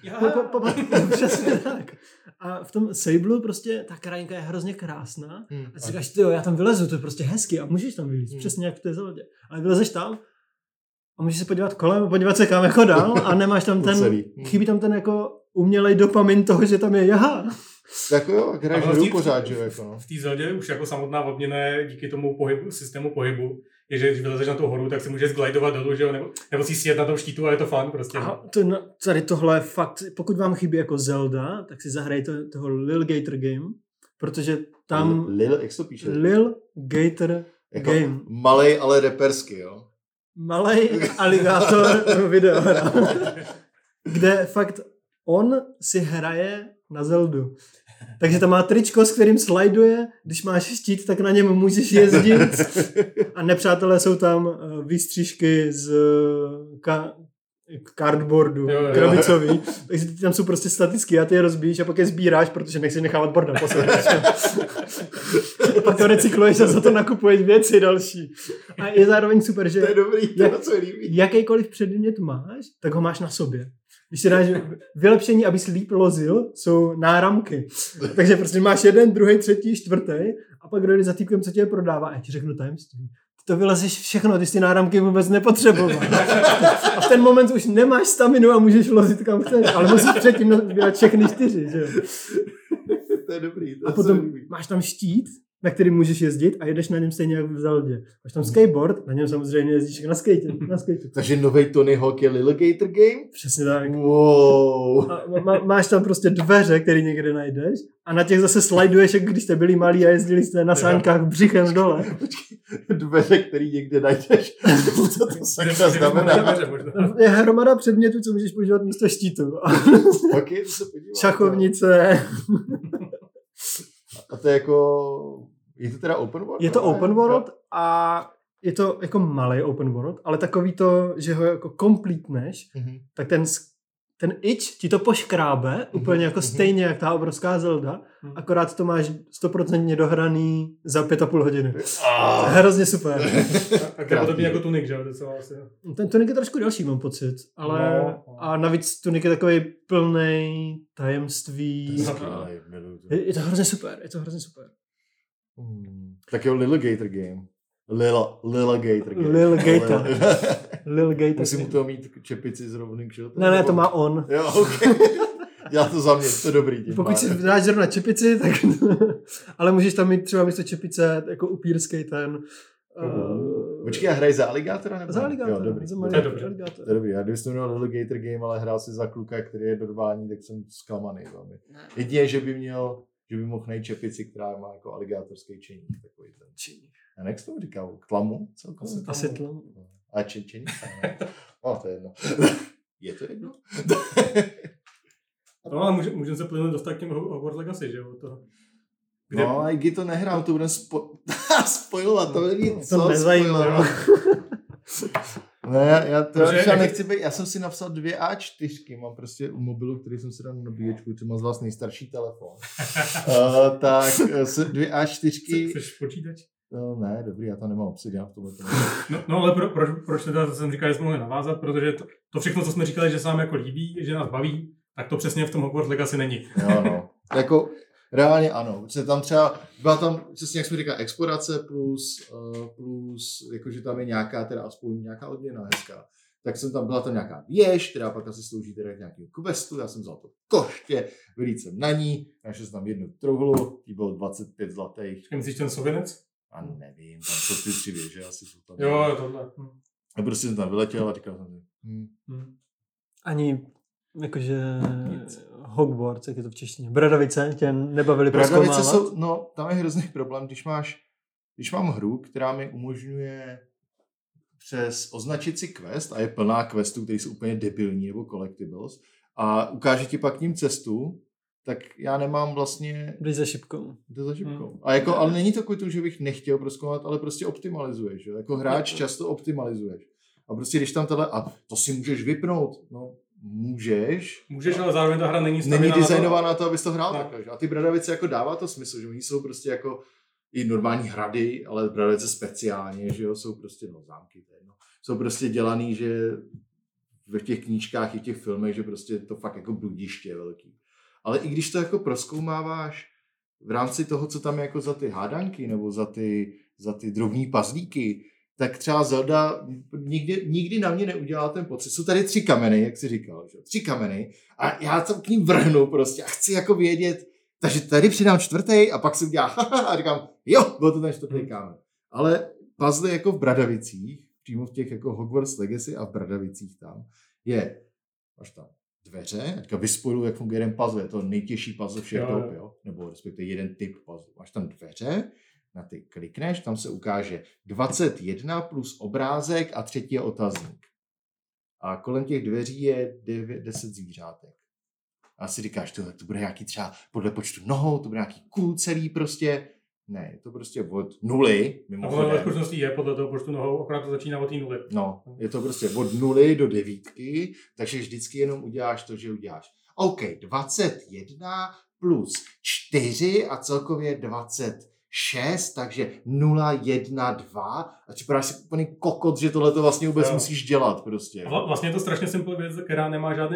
Přesně tak. A v tom Sablu prostě ta krajinka je hrozně krásná. A si říkáš, tyjo, já tam vylezu, to je prostě hezky a můžeš tam vylít. Přesně jak v té Zeldě. Ale vylezeš tam a můžeš se podívat kolem a podívat se kam jako dál a nemáš tam ten, chybí tam ten jako umělej dopamin toho, že tam je jaha. Jako jo, hraješ hru pořád, že jako no. V té Zeldě už jako samotná odměna díky tomu systému pohybu, je, že když vylezeš na tu horu, tak si můžeš glidovat dolů, že jo, nebo si sjet na tom štítu a je to fun prostě. A tady tohle je fakt, pokud vám chybí jako Zelda, tak si zahrajte toho Lil Gator Game, protože tam... Jak se to píše? Lil Gator jako Game. Malej, ale repersky, jo? Malej aligátor videohra. Kde fakt on si hraje na Zeldu. Takže tam má tričko, s kterým slajduje, když máš štít, tak na něm můžeš jezdit a nepřátelé jsou tam výstřižky z cardboardu, krabicový, takže tam jsou prostě staticky a ty je rozbíjíš a pak je sbíráš, protože nechceš nechávat bordel posledně. A pak to recykluješ a za to nakupuješ věci další. A je zároveň super, že to je dobrý, to líbí. Jakýkoliv předmět máš, tak ho máš na sobě. Když si dáš vylepšení, abys líp lozil, jsou náramky. Takže prostě máš 1, 2, 3, 4 a pak dojdeš za týpkem, co tě je prodává. A já ti řeknu tajemství. Ty to vylezeš všechno, ty si náramky vůbec nepotřeboval. A v ten moment už nemáš staminu a můžeš lozit kam chceš, ale musíš předtím vybírat všechny 4, že? To je dobrý. A potom máš tam štít, na který můžeš jezdit a jedeš na něm stejně jak v Zeldě. Máš tam skateboard, na něm samozřejmě jezdíš na skate. Takže novej Tony Hawk je Lil Gator Game? Přesně tak. Wow. A máš tam prostě dveře, které někde najdeš a na těch zase slajduješ, jak když jste byli malí a jezdili jste na sánkách břichem dole. Dveře, které někde najdeš. Co to sakra znamená? Je hromada předmětů, co můžeš používat místo štítu. Okay, to se podívám. Šachovnice. A to je jako... Je to teda open world? Je to open world a je to jako malý open world, ale takový to, že ho jako completneš, tak ten itch ti to poškrábe úplně jako stejně jak ta obrovská Zelda, akorát to máš 100% dohraný za 5,5 hodiny. Hrozně super. A to je podobně jako Tunic, že? Ten Tunic je trošku delší, mám pocit, ale a navíc Tunic je takový plnej tajemství. Je to hrozně super, Tak jo, Lil Gator Game. Lil Gator Game. Lil Gator. Musím u toho mít čepici s rovným kšiltem? Ne, to má on. Jo, okay. Já to za mě, to je dobrý. Pokud si dáš zrovna čepici, tak... ale můžeš tam mít třeba místo čepice jako upírský ten Počkej, a hraje za aligátora? Nebo? Za aligátora. Jo, dobrý. Za To je dobře. aligátora. To je dobrý. Já když jsem měl Alligator Game, ale hrál si za kluka, který je dorvání, tak jsem zklamaný velmi. Jedině, že by mohl najít čepici, která má jako aligátorský čeník. Takový ten. A jak to říkal? K tlamu? Asi tlamu. A čeník? To je jedno. Je to jedno? No ale můžeme se plně dostat k těm Hogwarts Legacy, že jo? No, a Iggy to nehrál, to budeme spojovat, to není co To nezajímá. Ne, já třeba nechci být, já jsem si napsal 2 A4, mám prostě u mobilu, který jsem si dal na nabíječku, co má z vás nejstarší telefon. Tak 2 A4. Chceš počítač? No, ne, dobrý, já to nemám Obsidian v tomhle. No ale proč teda jsem říkal, že jsme mohli navázat, protože to všechno, co jsme říkali, že se nám jako líbí, že nás baví, tak to přesně v tom Hogwarts Legacy není. Jo, no. Jako reálně ano, protože tam třeba, byla tam, přesně jak jsme říkali, explorace plus jakože tam je nějaká, teda aspoň nějaká odměna hezká. Tak byla tam nějaká věž, která pak asi slouží teda k nějakému questu, já jsem vzal to koště, vylít jsem na ní, našel jsem tam jednu truhlu, jí bylo 25 zlatých. Myslíš ten sověnec? A nevím, tam jsou ty 3 věže, asi jsou tam. Jo, tohle. A prostě jsem tam vyletěl a říkal jsem si, Ani jakože Hogwarts, jak je to v češtině. Bradavice tě nebavily Bradavice prozkoumávat? no, tam je hrozný problém, když mám hru, která mi umožňuje přes označit si quest a je plná questů, které jsou úplně debilní nebo collectibles a ukáže ti pak k ním cestu, tak já nemám vlastně... Jdeš za šipkou. Jde za šipkou. A jako, ale není to kvůli, že bych nechtěl prozkoumat, ale prostě optimalizuješ. Jo? Jako hráč často optimalizuješ. A prostě když tam tohle, a to si můžeš vypnout, no můžeš. Můžeš, ale zároveň ta hra není stavěná. Není designovaná na to, abys to hrál takhle. A ty bradavice jako dává to smysl, že oni jsou prostě jako i normální hrady, ale bradavice speciálně, že jo, jsou prostě, no zámky, jsou prostě dělaný, že ve těch knížkách i těch filmech, že prostě to fakt jako bludiště velký. Ale i když to jako prozkoumáváš v rámci toho, co tam je jako za ty hádanky nebo za ty drobný pazlíky, tak třeba Zelda nikdy na mě neudělala ten pocit. Jsou tady 3 kameny, jak jsi říkal, že? 3 kameny a já tam k ním vrhnu prostě a chci jako vědět, takže tady přidám 4. a pak si udělá a říkám, jo, byl to ten 4. kámen. Ale puzzle jako v Bradavicích, přímo v těch jako Hogwarts Legacy a v Bradavicích tam je, máš tam dveře, teďka vyspojuju, jak funguje jeden puzzle, je to nejtěžší puzzle všech dob, jo? Nebo respektive jeden typ puzzle. Máš tam dveře, na ty klikneš, tam se ukáže 21 plus obrázek a 3. je otazník. A kolem těch dveří je 10 zvířátek. A si říkáš, to bude nějaký třeba podle počtu nohou, to bude nějaký cool celý prostě. Ne, je to prostě od 0, mimochodem. A ve skutečnosti je podle toho počtu nohou, akorát to začíná od té 0. No, je to prostě od 0 do 9, takže vždycky jenom uděláš to, že uděláš. OK, 21 plus 4 a celkově 26, takže 0, 1, 2 a připadáš si úplný kokot, že tohle to vlastně vůbec musíš dělat prostě. Vlastně je to strašně simple věc, která nemá žádný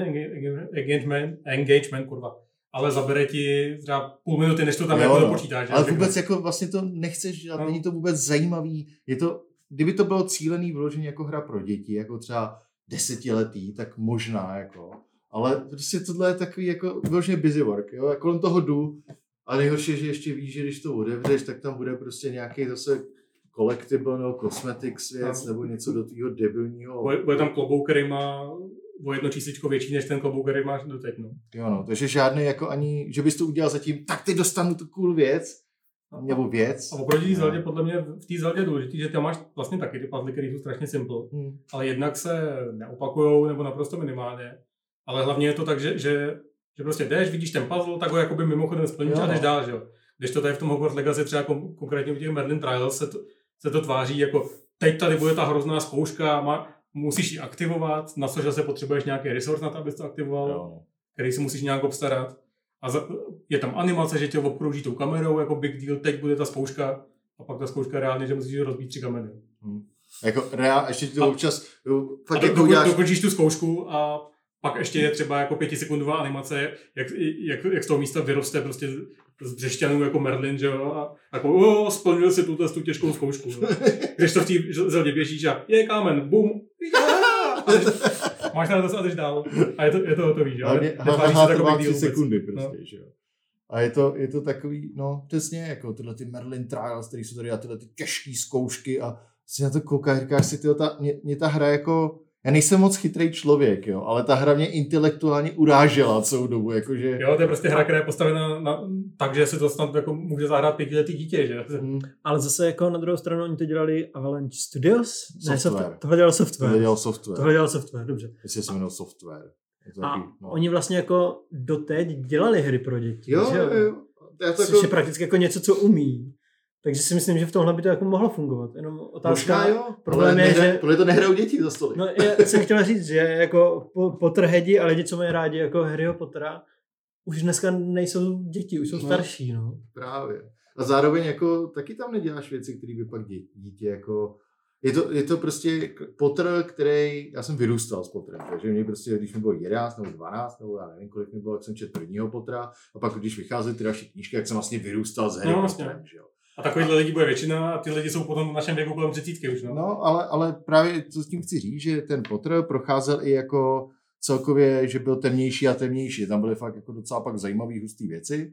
engagement, kurva. Ale zabere ti třeba půl minuty, než to tam jako dopočítáš. Ale vůbec jako vlastně to nechceš dělat, není to vůbec zajímavý. Je to, kdyby to bylo cílený vyloženě jako hra pro děti, jako třeba 10letý, tak možná jako. Ale prostě tohle je takový jako vyloženě busy work, jo, a kolem toho jdu. A nejhorší je, že ještě víš, že když to otevřeš, tak tam bude prostě nějaký zase collectible nebo cosmetics věc, nebo něco do tvýho debilního. Bude tam klobouk, který má o 1 čísličko větší, než ten klobouk, který máš doteď, no. Jo, no, takže žádný jako ani, že bys to udělal zatím, tak teď dostanu tu cool věc, nebo věc. A oproti té Zeldě, podle mě v té Zeldě je důležitý, že ty máš vlastně taky ty puzzle, které jsou strašně simple, ale jednak se neopakujou, nebo naprosto minimálně, ale hlavně je to tak, že prostě jdeš, vidíš ten puzzle, tak ho jakoby mimochodem splníš a jdeš dál, že jo. Když to tady v tom Hogwarts Legacy třeba konkrétně u těch Merlin Trials se to tváří jako teď tady bude ta hrozná zkouška, musíš ji aktivovat, na což zase potřebuješ nějaký resource na to, abys to aktivoval, který si musíš nějak obstarat. A je tam animace, že tě obkrouží tou kamerou, jako big deal, teď bude ta zkouška, a pak ta zkouška reálně, že musíš rozbít 3 kameny. Jako ještě ti to občas... Fakt dokončíš tu zkoušku a pak ještě je třeba jako 5sekundová animace, jak z toho místa vyroste prostě z břešťanů jako Merlin, že jo, a jako splnil si tu těžkou zkoušku. Když to v té Zeldě běžíš a je kámen, bum, máš na to a jdeš dál. A je to hotový, že jo. Hlavně to má 3 sekundy prostě, že jo. A je to takový, no přesně, jako tyhle ty Merlin Trials, které jsou tady a tyhle ty těžké zkoušky a si na to koukáš, říkáš si, mě ta hra jako, já nejsem moc chytrý člověk, jo, ale ta hra mě intelektuálně urážela celou dobu, jakože... Jo, to je prostě hra, která je postavena tak, že si to snad jako může zahrát 5letý dítě, že? Ale zase jako na druhou stranu oni to dělali Avalanche Studios? Software. Tohle dělal Software. Tohle dělal Software, dobře. Jestli se jmenuje Software. A oni vlastně jako doteď dělali hry pro děti. Jo. Což je prakticky jako něco, co umí. Takže si myslím, že v tomhle by to jako mohlo fungovat. Jenom otázka, možná jo, problém je, že... Tohle to nehrajou děti za stolik. No, já jsem chtěl říct, že jako Potterheadi a lidi, co mají rádi jako Harryho Pottera, už dneska nejsou děti, už jsou starší, no. Právě. A zároveň jako taky tam neděláš věci, které by pak dítě jako... Je to prostě Potter, který... Já jsem vyrůstal s Potterem, takže mě prostě, když mi bylo 11 nebo 12, nebo já nevím, kolik mi bylo, jak jsem četl prvního Pottera, a pak když vycházely ty další knížky, jak jsem vlastně vyrůstal s Harry Potterem, že jo. A takovýhle lidi bude většina a ty lidi jsou potom v našem věku kolem 30 už, no. No, ale právě co s tím chci říct, že ten Potter procházel i jako celkově, že byl temnější a temnější. Tam byly fakt jako docela pak zajímavý hustý věci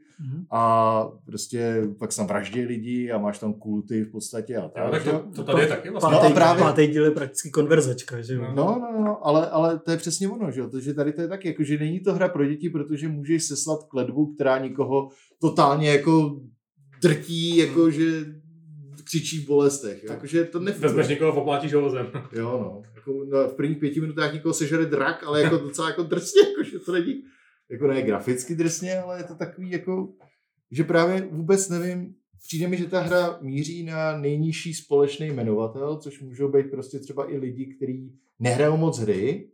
a prostě pak tam vraždí lidi a máš tam kulty v podstatě a tak. Jo, tak to tady je taky vlastně. Pátý díl je prakticky konverzačka, že jo? No, ale to je přesně ono, že jo, že tady to je taky, jako, že není to hra pro děti, protože můžeš seslat kletbu, která nikoho totálně jako drtí, jakože křičí v bolestech. Jakože to nefunguje. Vezmeš někoho, poplátíš železem. Jo, no. Jako v prvních 5 minutách někoho sežere drak, ale jako docela jako drsně, jakože to není, jako ne graficky drsně, ale je to takový jako, že právě vůbec nevím, přijde mi, že ta hra míří na nejnižší společný jmenovatel, což můžou být prostě třeba i lidi, kteří nehrajou moc hry,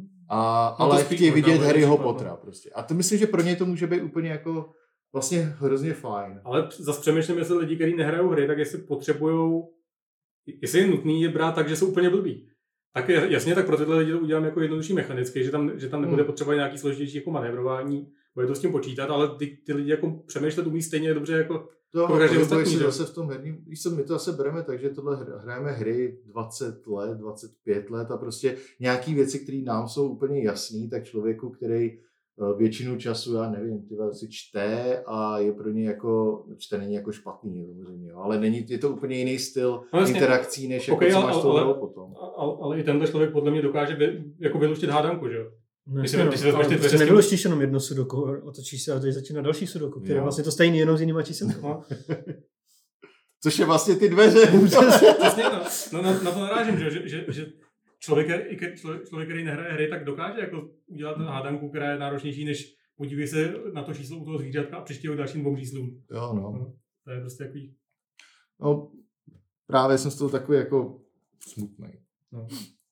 ale chtějí vidět Harryho Pottera prostě. A to myslím, že pro ně to může být úplně jako vlastně hrozně fajn. Ale zase přemýšlím, jestli lidi, kteří nehrajou hry, tak jestli potřebujou, jestli je nutný je brát tak, že jsou úplně blbí. Tak jasně, tak pro tyhle lidi to udělám jako jednodušší mechanicky, že tam nebude potřeba nějaký složitější jako manévrování, bude to s tím počítat, ale ty lidi jako přemýšlet umí stejně dobře jako každý ostatní. Zase v tom herním, my to zase bereme tak, že tohle hrajeme hry 20 let, 25 let a prostě nějaký věci, které nám jsou úplně jasný, tak člověku, který většinu času, já nevím, si čte a je pro ně jako, čte není jako špatný, samozřejmě, ale je to úplně jiný styl interakcí, než jako co máš tou hrou potom. Ale i tenhle člověk podle mě dokáže jako vyluštit hádanku, že jo? Nevyluštíš jenom jedno sudoku, otočíš se a teď začíná další sudoku, které je vlastně to stejný, jenom s jinýma čísly. Což je vlastně ty dveře. Přesně, na to narážím, že člověk, který nehraje hry, tak dokáže jako udělat hádanku, která je náročnější, než podívej se na to číslo u toho zvířátka a přištěj dalším 2 číslům. Jo, no. To je prostě takový... No, právě jsem z toho takový jako smutnej. No.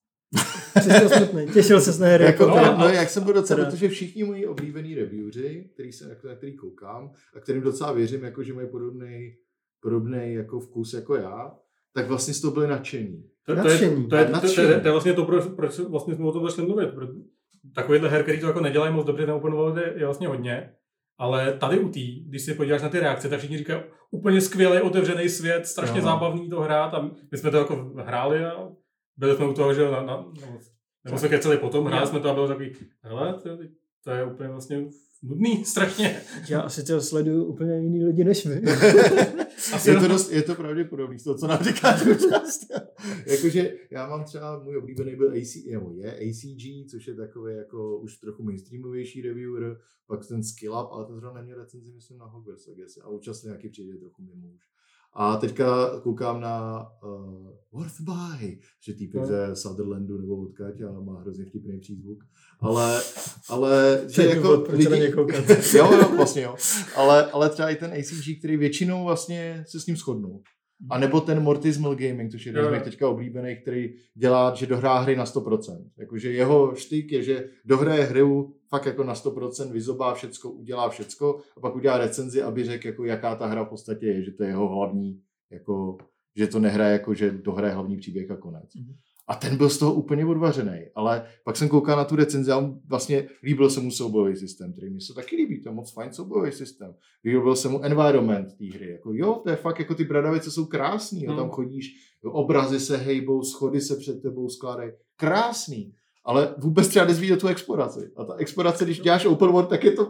Těšil se na hry. Jak jsem byl docela, protože všichni moji oblíbení reviewři, na který koukám a kterým docela věřím, jako, že mají podobný jako vkus jako já, tak vlastně z toho byli nadšení. To je vlastně to, proč vlastně jsme o tom začali mluvit. Takovýhle her, který to jako nedělají moc dobře, neoponovali, je vlastně hodně. Ale tady u tý, když si podíváš na ty reakce, tak všichni říkají úplně skvělý, otevřený svět, strašně zábavný to hrát. A my jsme to jako hráli a byli jsme u toho, že nebo jsme keceli potom, hráli jsme to a bylo takový, hele, to je úplně vlastně nudný, strašně. Já asi to sleduju úplně jiný lidi než vy. Je to pravděpodobný, to, co nám říkáš jakože já mám třeba, můj oblíbený byl ACG, což je takový jako už trochu mainstreamovější reviewer, pak ten Skill Up, ale ten zrovna neměl recenzi, myslím, na Hogwarts Legacy, a občas nějaký přijde trochu mimo už. A teďka koukám na Worth Buy, že týpek ze Sutherlandu nebo odkaď a má hrozně vtipný přízvuk. Ale že jako lidi... jo, vlastně jo. Ale třeba i ten ACG, který většinou vlastně se s ním shodnou. A nebo ten Mortismal Gaming, což je jeden z mých teďka oblíbených, který dělá, že dohrá hry na 100%. Jakože jeho štyk je, že dohraje hru fakt jako na 100%, vyzobá všecko, udělá všecko a pak udělá recenzi, aby řekl, jako, jaká ta hra v podstatě je, že to je jeho hlavní, jako, že to nehraje jako, že dohraje hlavní příběh a konec. A ten byl z toho úplně odvařený, ale pak jsem koukal na tu recenzi a vlastně líbil se mu soubojový systém, který mi se taky líbí, to je moc fajn soubojový systém. Líbil se mu environment té hry, jako jo, to je fakt, jako ty bradavice jsou krásný, jo, tam chodíš, jo, obrazy se hejbou, schody se před tebou skládají, krásný, ale vůbec třeba nezvíjí o tu exploraci. A ta explorace, když děláš open world, tak je to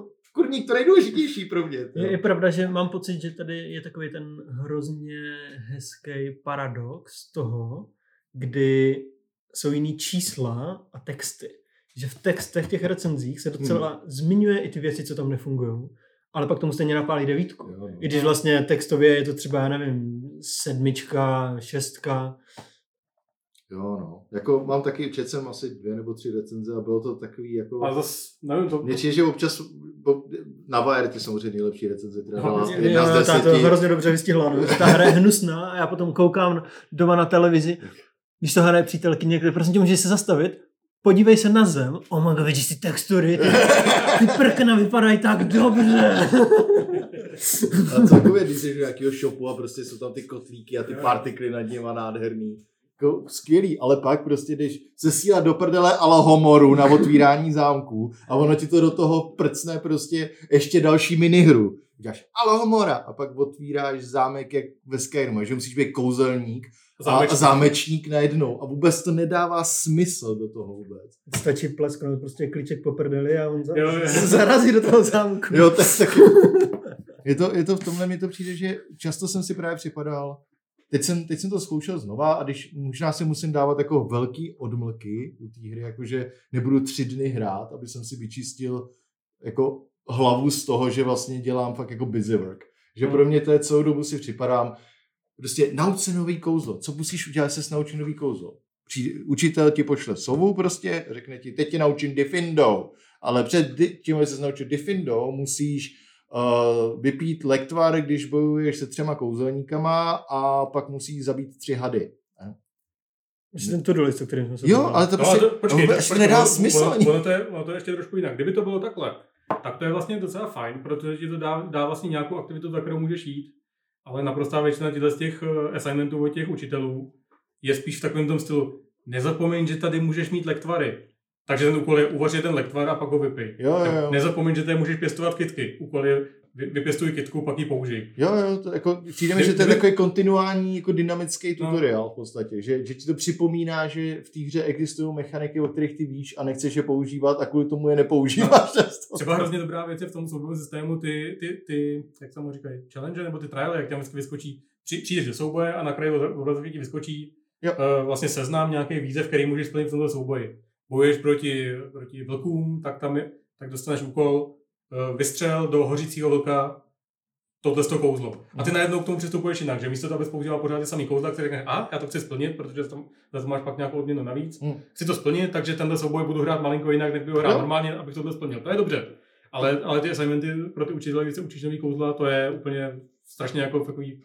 první, to nejdůležitější pro mě. Je pravda, že mám pocit, že tady je takový ten hrozně hezký paradox toho, kdy jsou jiný čísla a texty. Že v textech těch recenzích se docela zmiňuje i ty věci, co tam nefungují, ale pak tomu stejně napálí 9. Jo. I když vlastně textově je to třeba, já nevím, 7, 6. Jo, no. Jako mám taky, četl jsem asi 2 nebo 3 recenze a bylo to takový jako... A zase, nevím, to... Mně přijde, že občas, na Variety samozřejmě nejlepší recenze, která byla Jo, 1 z 10. to hrozně dobře vystihla, no. Ta hra je hnusná a já potom koukám doma na televizi, když to hraje přítelkyně, kde prosím tě, můžeš se zastavit, podívej se na zem, oh my god, vidíš ty textury, ty prkna vypadají tak dobře. A celkově, když jsi do nějakého shopu a prostě jsou tam ty kotlíky a ty partikly nad něma nádherný. Jako skvělý, ale pak prostě jdeš sesílat do prdele Alahomoru na otvírání zámků a ono ti to do toho prcne prostě ještě další minihru. Děláš Alahomora a pak otvíráš zámek jak ve Skyrimu, že musíš být kouzelník a zámečník najednou a vůbec to nedává smysl do toho vůbec. Stačí plesknout prostě klíček po prdeli a on zarazí do toho zámku. Jo, tak je to v tomhle mi to přijde, že často jsem si právě připadal. Teď jsem to zkoušel znova a když možná si musím dávat jako velký odmlky u té hry, jakože nebudu 3 dny hrát, aby jsem si vyčistil jako hlavu z toho, že vlastně dělám fakt jako busy work. Že pro mě to je celou dobu si připadám, prostě nauč se nový kouzlo. Co musíš udělat, se naučit nový kouzlo? Učitel ti pošle sovu prostě, řekne ti, teď tě naučím Diffindo, ale před tím, aby se naučil Diffindo, musíš vypít lektvar, když bojuješ se 3 kouzelníkama a pak musíš zabít 3 hady. Ještě ten to-do list, o kterým jsme se Jo, ale to prostě počkej, nedá smysl. Ono to je ještě trošku jinak. Kdyby to bylo takhle, tak to je vlastně docela fajn, protože ti to dá vlastně nějakou aktivitu, za kterou můžeš jít, ale naprostá většina z těch assignmentů od těch učitelů je spíš v takovém tom stylu, nezapomeň, že tady můžeš mít lektvary. Takže ten úkol je uvařit ten lektvar a pak ho vypij. Jo. Nezapomeň, že tady můžeš pěstovat kytky. Úkol je vypěstuj kytku, pak ji použij. Jo, to jako přijde mi, že to je takový kontinuální jako dynamický tutoriál v podstatě, že ti to připomíná, že v té hře existují mechaniky, o kterých ty víš a nechceš je používat a kvůli tomu je nepoužíváš. Třeba hrozně dobrá věc je v tom soubojovém systému ty jak se mu říkají, challenge nebo ty triály, jak tam vyskočí, přijdeš do souboje a na kraji obrazovky ti vyskočí vlastně seznam nějaký výzev, který můžeš splnit v tomto souboji. Bojuješ proti vlkům, tak dostaneš úkol vystřel do hořícího vlka tohle kouzlo. A ty najednou k tomu přistupuješ jinak, že místo toho, abys používal pořád ty samý kouzla, který řekne, já to chci splnit, protože tam máš pak nějakou odměnu navíc. Chci to splnit, takže tenhle souboj budu hrát malinko jinak, než bych ho hrát normálně, abych tohle splnil. To je dobře. Ale ty assignmenty pro ty učitele, když se učíš nový kouzla, to je úplně strašně jako takový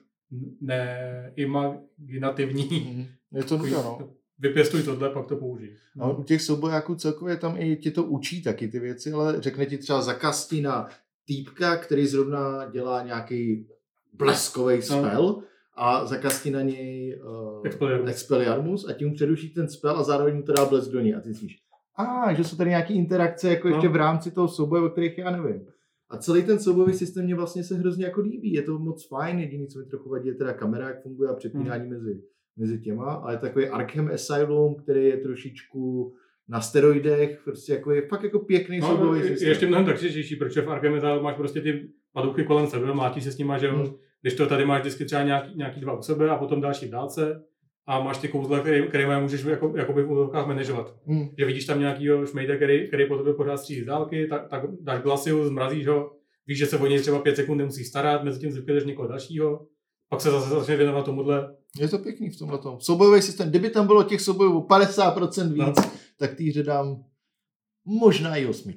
neimaginativní. Je to nutné, no. Vypěstuj tohle, pak to použij. A u těch soubojáků celkově tam i ti to učí taky ty věci, ale řekne ti třeba zakasti na týpka, který zrovna dělá nějaký bleskový spell a zakasti na něj Expelliarmus a tím předuší ten spell a zároveň mu to dá blesk do něj a ty myslíš, že jsou tady nějaký interakce jako ještě v rámci toho souboje, o kterých já nevím. A celý ten soubojový systém mě vlastně se hrozně jako líbí, je to moc fajn, jediný, co mi trochu vadí, je teda kamera, jak funguje a přepínání mezi těma, ale takový Arkham Asylum, který je trošičku na steroidech, prostě jako je fakt jako pěkný soubojový systém. Je ještě mnohem takřičnější, protože v Arkham Asylum máš prostě ty paduchy kolem sebe, mlátíš se s nima, že jo, když to tady máš vždycky třeba nějaký 2 u sebe a potom další v dálce a máš ty kouzla, které můžeš jakoby v úzovkách manažovat. Že vidíš tam nějakýho šmejda, který po tebe pořád střílí z dálky, tak dáš Glacius, zmrazíš ho, víš, že se o něj třeba 5 sekund nemusíš starat, mezi tím zvyklíš někoho dalšího. Pak se zase začne věnovat tomuhle. Je to pěkný v tomhletom. Soubojový systém, kdyby tam bylo těch soubojů 50% víc, tak týře dám možná i 8.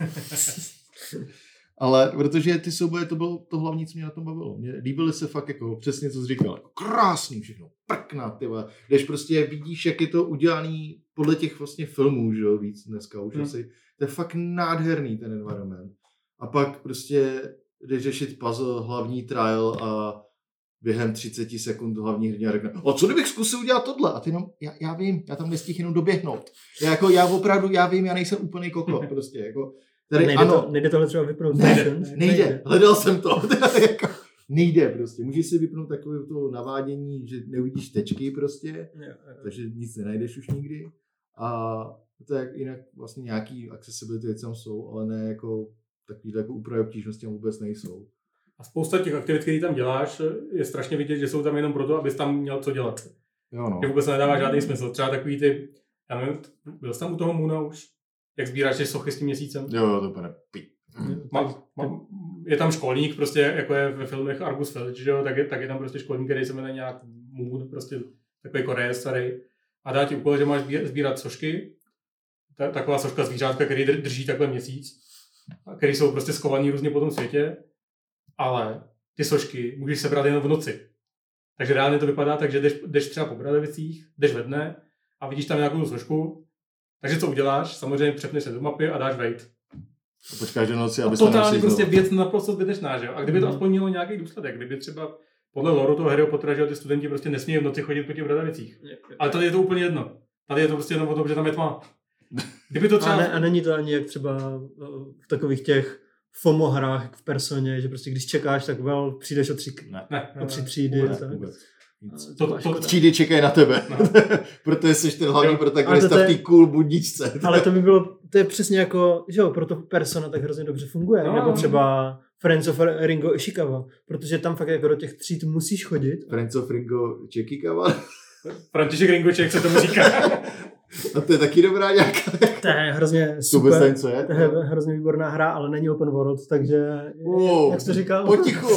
Ale protože ty souboje, to bylo to hlavní, co mě na tom bavilo. Mně líbily se fakt jako přesně, co jsi říkal. Jako krásný všechno, prkna, tyva. Když prostě vidíš, jak je to udělaný podle těch vlastně filmů, že jo, víc dneska už asi. To je fakt nádherný ten environment. A pak prostě jdeš řešit puzzle, hlavní trial a během 30 sekund hlavní hrdina řekne, a co kdybych zkusil udělat tohle? A ty jenom, já vím, já tam nestihl jenom doběhnout. Já opravdu, já vím, já nejsem úplný kokot, prostě, jako. Tady, nejde tohle třeba vypnout? Nejde. Hledal jsem to. Jako, nejde prostě. Můžeš si vypnout takové to navádění, že neuvidíš tečky prostě, takže nic nenajdeš už nikdy. A to je jinak vlastně nějaký accessibility věci tam jsou, ale ne jako takovýhle jako úpravy obtížnosti vůbec nejsou. A spousta těch aktivit, které tam děláš, je strašně vidět, že jsou tam jenom proto, abys tam měl co dělat. Jo, no. Že vůbec nedává žádný smysl. Třeba takový ty, já nevím, byl jsi tam u toho Moona už? Jak sbíráš ty sochy s tím měsícem? Jo, to pane pí. Je tam školník, prostě jako je ve filmech Argus Filch, že jo, tak je tam prostě školník, který se jmenuje nějak Moon, prostě takový Korejec starý. A dá ti úkol, že máš sbírat sošky, taková soška zvířátka, který drží takhle měsíc, který jsou prostě skovaný různě po tom světě, ale ty sošky můžeš sebrat jenom v noci. Takže reálně to vypadá tak, že jdeš třeba po Bradavicích, jdeš ve dne a vidíš tam nějakou sošku, takže co uděláš? Samozřejmě přepneš se do mapy a dáš wait. A počkáš do noci, aby se totálně prostě věc naprosto zbytečná, že jo? A kdyby to aspoň mělo nějaký důsledek, kdyby třeba podle loru toho Harryho Pottera, že ty studenti prostě nesmějí v noci chodit po těch Bradavicích. Ale tady je to úplně jedno. Tady je to prostě jenom o tom, že tam je tma. Kdyby to třeba... A není to ani jak třeba v takových těch FOMO hrách, jak v Personě, že prostě když čekáš, tak přijdeš o 3 třídy. Třídy čekají na tebe, no. Protože jsi ten hlavní protagonista v té cool budničce. Ale to je přesně jako, že jo, proto Persona tak hrozně dobře funguje, nebo třeba Friends of Ringo Ishikawa, protože tam fakt jako do těch tříd musíš chodit. Friends of Ringo Ishikawa? František Ringoček se tomu říká. A to je taky dobrá nějaká. To je hrozně super. To nevím, co je. To je hrozně výborná hra, ale není open world, takže jak jsi to říkal? Potichu.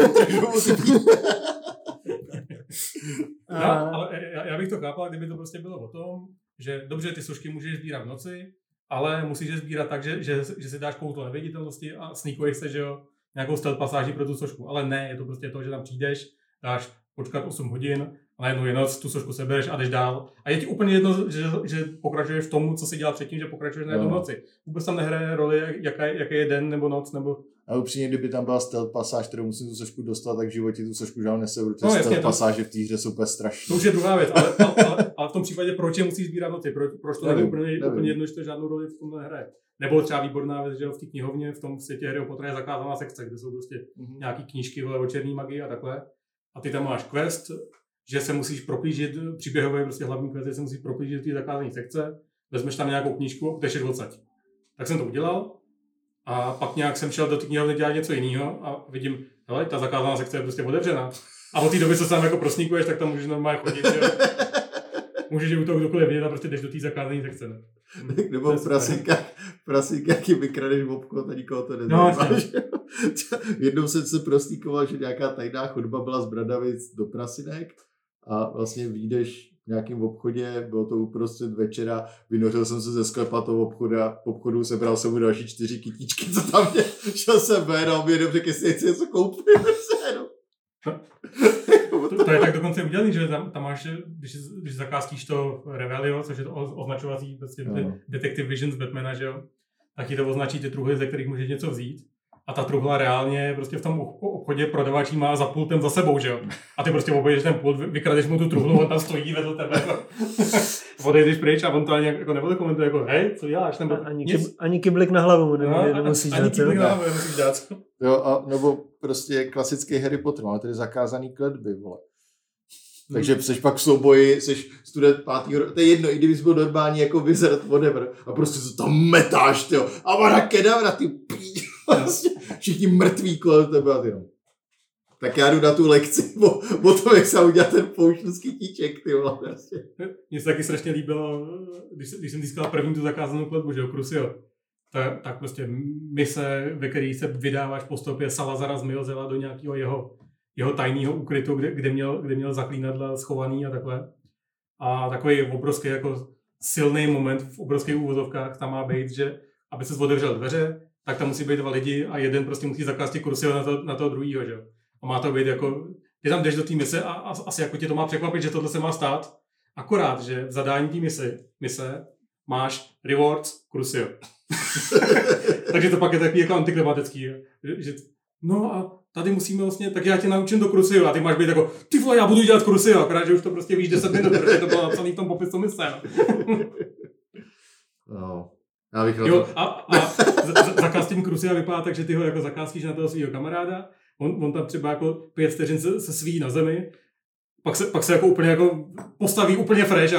No, ale já bych to chápal, kdyby to prostě bylo o tom, že dobře, ty sošky můžeš sbírat v noci, ale musíš je sbírat tak, že si dáš koutlo neviditelnosti a sneakuješ se, že jo, nějakou stealth pasáží pro tu sošku. Ale ne, je to prostě to, že tam přijdeš, dáš počkat 8 hodin a najednou je noc, tu sošku sebereš a jdeš dál. A je ti úplně jedno, že pokračuješ v tomu, co jsi dělal předtím, že pokračuješ na jednu noci. Vůbec tam nehraje roli, jaký je den nebo noc, nebo... A upřímně, kdyby tam byla stealth pasáž, kterou musím tu sošku dostat, tak v životě tu sošku žádnou neseberu. Stealth pasáže v té hře jsou úplně strašné. To už je druhá věc, ale v tom případě proč je musíš sbírat noci? Proč to není úplně jedno, že to žádnou roli v tom nehraje? Nebo třeba výborná věc, že v té knihovně, v tom světě Harryho Pottera je zakázaná sekce, kde jsou prostě nějaký knížky o černé magii a takhle. A ty tam máš quest, že se musíš proplížit, příběhový prostě hlavní quest, že se musíš proplížit do té zakázané sekce, vezmeš tam nějakou knížku a utečeš odsaď. Tak jsem to udělal a pak nějak jsem šel do té knihovny dělat něco jiného a vidím, hele, ta zakázaná sekce je prostě otevřená. A od té doby, co se tam jako prosníkuješ, tak tam můžeš normálně chodit, jo. Můžeš u toho kdokoliv vidět a prostě jdeš do té zakázané sekce. Ne? Nebo v prasínkách ti vykradeš v obchod a nikoho to nezajímá. Jednou jsem se prostíkoval, že nějaká tajná chodba byla z Bradavic do Prasinek a vlastně vyjdeš v nějakém obchodě, bylo to uprostřed večera, vynořil jsem se ze sklepa toho obchodu, sebral jsem mu další 4 kytičky, co tam mě, šel jsem ven a mi jenom řekl, jestli chci něco koupit. To je tak dokonce udělaný, že tam máš, když zakázkíš to Revelio, což je to označovací prostě Detective Vision z Batmana, že jo, tak ti to označí ty truhly, ze kterých můžeš něco vzít. A ta truhla reálně prostě v tom obchodě prodavačí má za pultem za sebou, že jo. A ty prostě obejdeš ten pult, vykradeš mu tu truhlu, on tam stojí vedle tebe. Odejdeš pryč a on to ani jako nekomentuje jako hej, co děláš? Nebo ani kyblik na hlavu mu nemusíš dát. Ani kyblik na hlavu nemusíš dát. Jo, a nebo prostě klasický Harry Potter, ale tedy zakázaný kletby, vole. Takže jsi pak v souboji, jsi student 5. To je jedno, i kdybys byl normální jako wizard, whatever, a prostě se tam metáš, tyjo, a vada kedavra, ty píď, vlastně všichni mrtví kolem tebe a ty no. Tak já jdu na tu lekci o tom, jak se udělat ten potion z kytíček, ty vole, vlastně. Mně se taky strašně líbilo, když jsem získal první tu zakázanou kletbu, že jo, Crucio, tak prostě mise, ve který se vydáváš po stopě Salazara z Milzela do nějakého jeho tajného úkrytu, kde měl zaklínadla schovaný a takhle. A takový obrovský jako silný moment v obrovských úvozovkách tam má být, že aby se otevřel dveře, tak tam musí být 2 lidi a jeden prostě musí zakázat Crucio na toho druhýho, že jo. A má to být jako, ty tam jdeš do té mise a asi jako tě to má překvapit, že tohle se má stát. Akorát, že v zadání té mise máš rewards Crucio. Takže to pak je takový jako antiklimatický, že no a tady musíme vlastně, tak já tě naučím do Crucio a ty máš být jako, ty vole, já budu dělat Crucio, akorát, že už to prostě víš 10 minut, protože to bylo napsaný v tom popisu mise. No. Já bych jo, a zakaz tím Crucia vypadá tak, že ty ho jako zakázkíš na toho svýho kamaráda, on tam třeba jako 5 vteřin se svíjí na zemi, pak se jako úplně jako postaví úplně fresh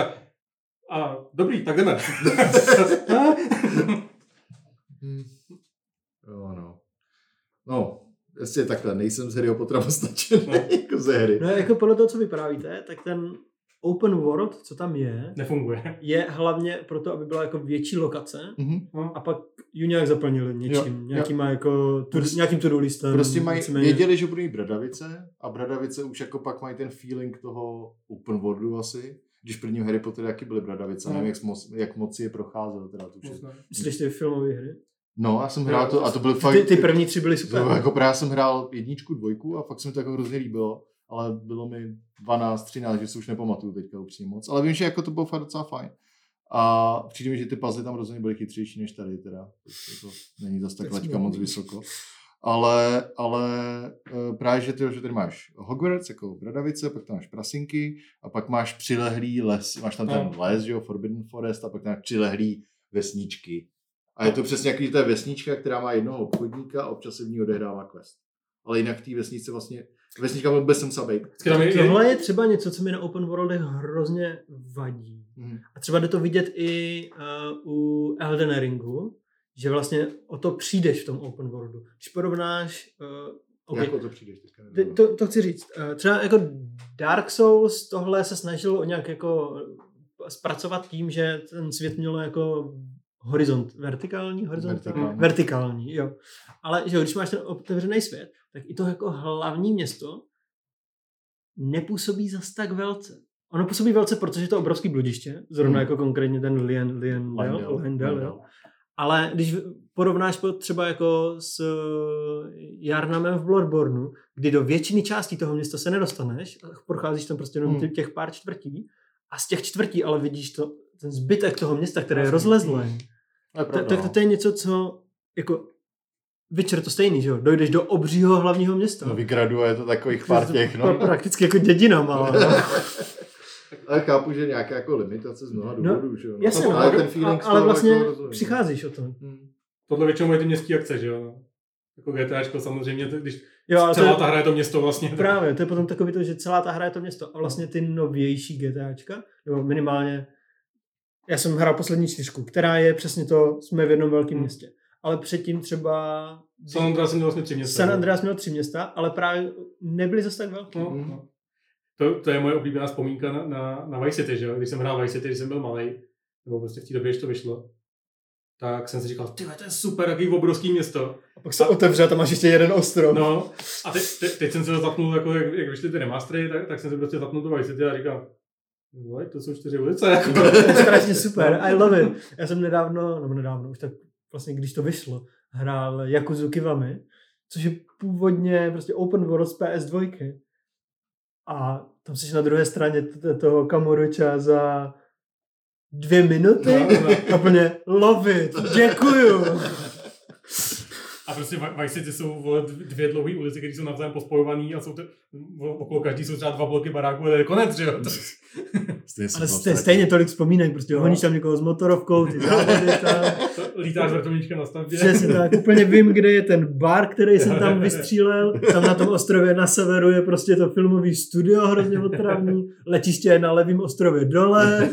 a dobrý, tak jdeme. Jo, no. No, jestli takhle, nejsem z Harryho Pottera postačený jako ze hry. No jako podle toho, co vyprávíte, tak ten open world, co tam je, Nefunguje. je hlavně proto, aby byla jako větší lokace a pak ji nějak zaplnili něčím, nějakýma jako nějakým to-do listem. Prostě věděli, že budou mít Bradavice a Bradavice už jako pak mají ten feeling toho open worldu asi. Když v prvním Harry Potter jaký byly Bradavice, nevím, jak moc je procházel. Teda myslíš ty filmové hry? No, já jsem hrál to a to byl fakt... Ty první 3 byly super. Jako právě já jsem hrál 1, 2 a fakt se mi to jako hrozně líbilo, ale bylo mi 12, 13, že se už nepamatuju teďka upřímně moc. Ale vím, že jako to bylo fakt docela fajn. A přijde mi, že ty puzzle tam rozhodně byly chytřejší než tady teda. To není zase tak laťka moc vysoko. Ale právě, že tady máš Hogwarts, jako Bradavice, pak tam máš Prasinky a pak máš přilehlý les, máš tam ten les, že jo, Forbidden Forest a pak tam máš přilehlý vesničky. A je to přesně jaký ta vesnička, která má jednoho obchodníka a občas se v ní odehrává quest. Ale jinak v té vesničce vlastně, vesnička vůbec jsem být. Tohle je třeba něco, co mi na open worldech hrozně vadí. A třeba jde to vidět i u Elden Ringu, že vlastně o to přijdeš v tom open worldu. Když porovnáš... Okay. Jak o to přijdeš? To chci říct. Třeba jako Dark Souls tohle se snažilo o nějak jako zpracovat tím, že ten svět mělo jako horizont. Vertikální, jo. Ale že když máš ten otevřený svět, tak i to jako hlavní město nepůsobí zas tak velce. Ono působí velce, protože je to obrovský bludiště, zrovna jako konkrétně ten Leyndell. Ale když porovnáš třeba jako s Jarnamem v Bloodborneu, kdy do většiny částí toho města se nedostaneš, procházíš tam prostě jenom těch pár čtvrtí a z těch čtvrtí ale vidíš ten zbytek toho města, které je rozlezlé. Tak to je něco, co jako Witcher to stejný, že jo? Dojdeš do obřího hlavního města. No vygraduje to takových pár těch, no. Prakticky jako dědina malá. No. Ale chápu, že nějaká jako limitace z mnoha důvodů, že jo? Jasně, ale ten feeling ale vlastně jako přicházíš o to. Tohle většinou je ty městský akce, že jo? Jako GTAčko samozřejmě, když celá ta hra je to město vlastně. Právě, to je potom takový to, že celá ta hra je to město. A vlastně ty novější GTAčka, nebo minimálně, já jsem hrál poslední 4, která je přesně to, jsme v jednom velkém městě. Ale předtím třeba... San Andreas měl vlastně 3 města. San Andreas měl 3 města, ale právě nebyly zase tak velké. No. To je moje oblíbená vzpomínka na Vice City, že jo? Když jsem hrál Vice City, když jsem byl malej, nebo prostě v té době, když to vyšlo, tak jsem si říkal, tyhle, to je super, jaký obrovský město. A pak se otevře a tam máš ještě jeden ostrov. No, a teď jsem se zapnul, jako jak vyšly ty remastery, tak jsem si prostě zapnul to Vice City a říkal, to jsou 4 ulice. Jako. To je strašně super, I love it. Já jsem nedávno, už tak vlastně, když to vyšlo, hrál Yakuzu Kiwami, což je původně prostě open world z PS2. A tam jsi na druhé straně toho Kamuroča za 2 minuty a plně love it, děkuju. A prostě Vice City jsou 2 dlouhé ulice, které jsou navzájem pospojované a jsou okolo každý jsou třeba 2 bloky baráků a to je konec, že jo? Ale stejně tolik vzpomínek, prostě honíš tam někoho s motorovkou, ty závody tam. Lítáš s vrtulníčkem na stavbě. Přesně tak, úplně vím, kde je ten bar, který jsem tam vystřílel. Tam na tom ostrově na severu je prostě to filmový studio hrozně otravný. Letiště je na levém ostrově dole.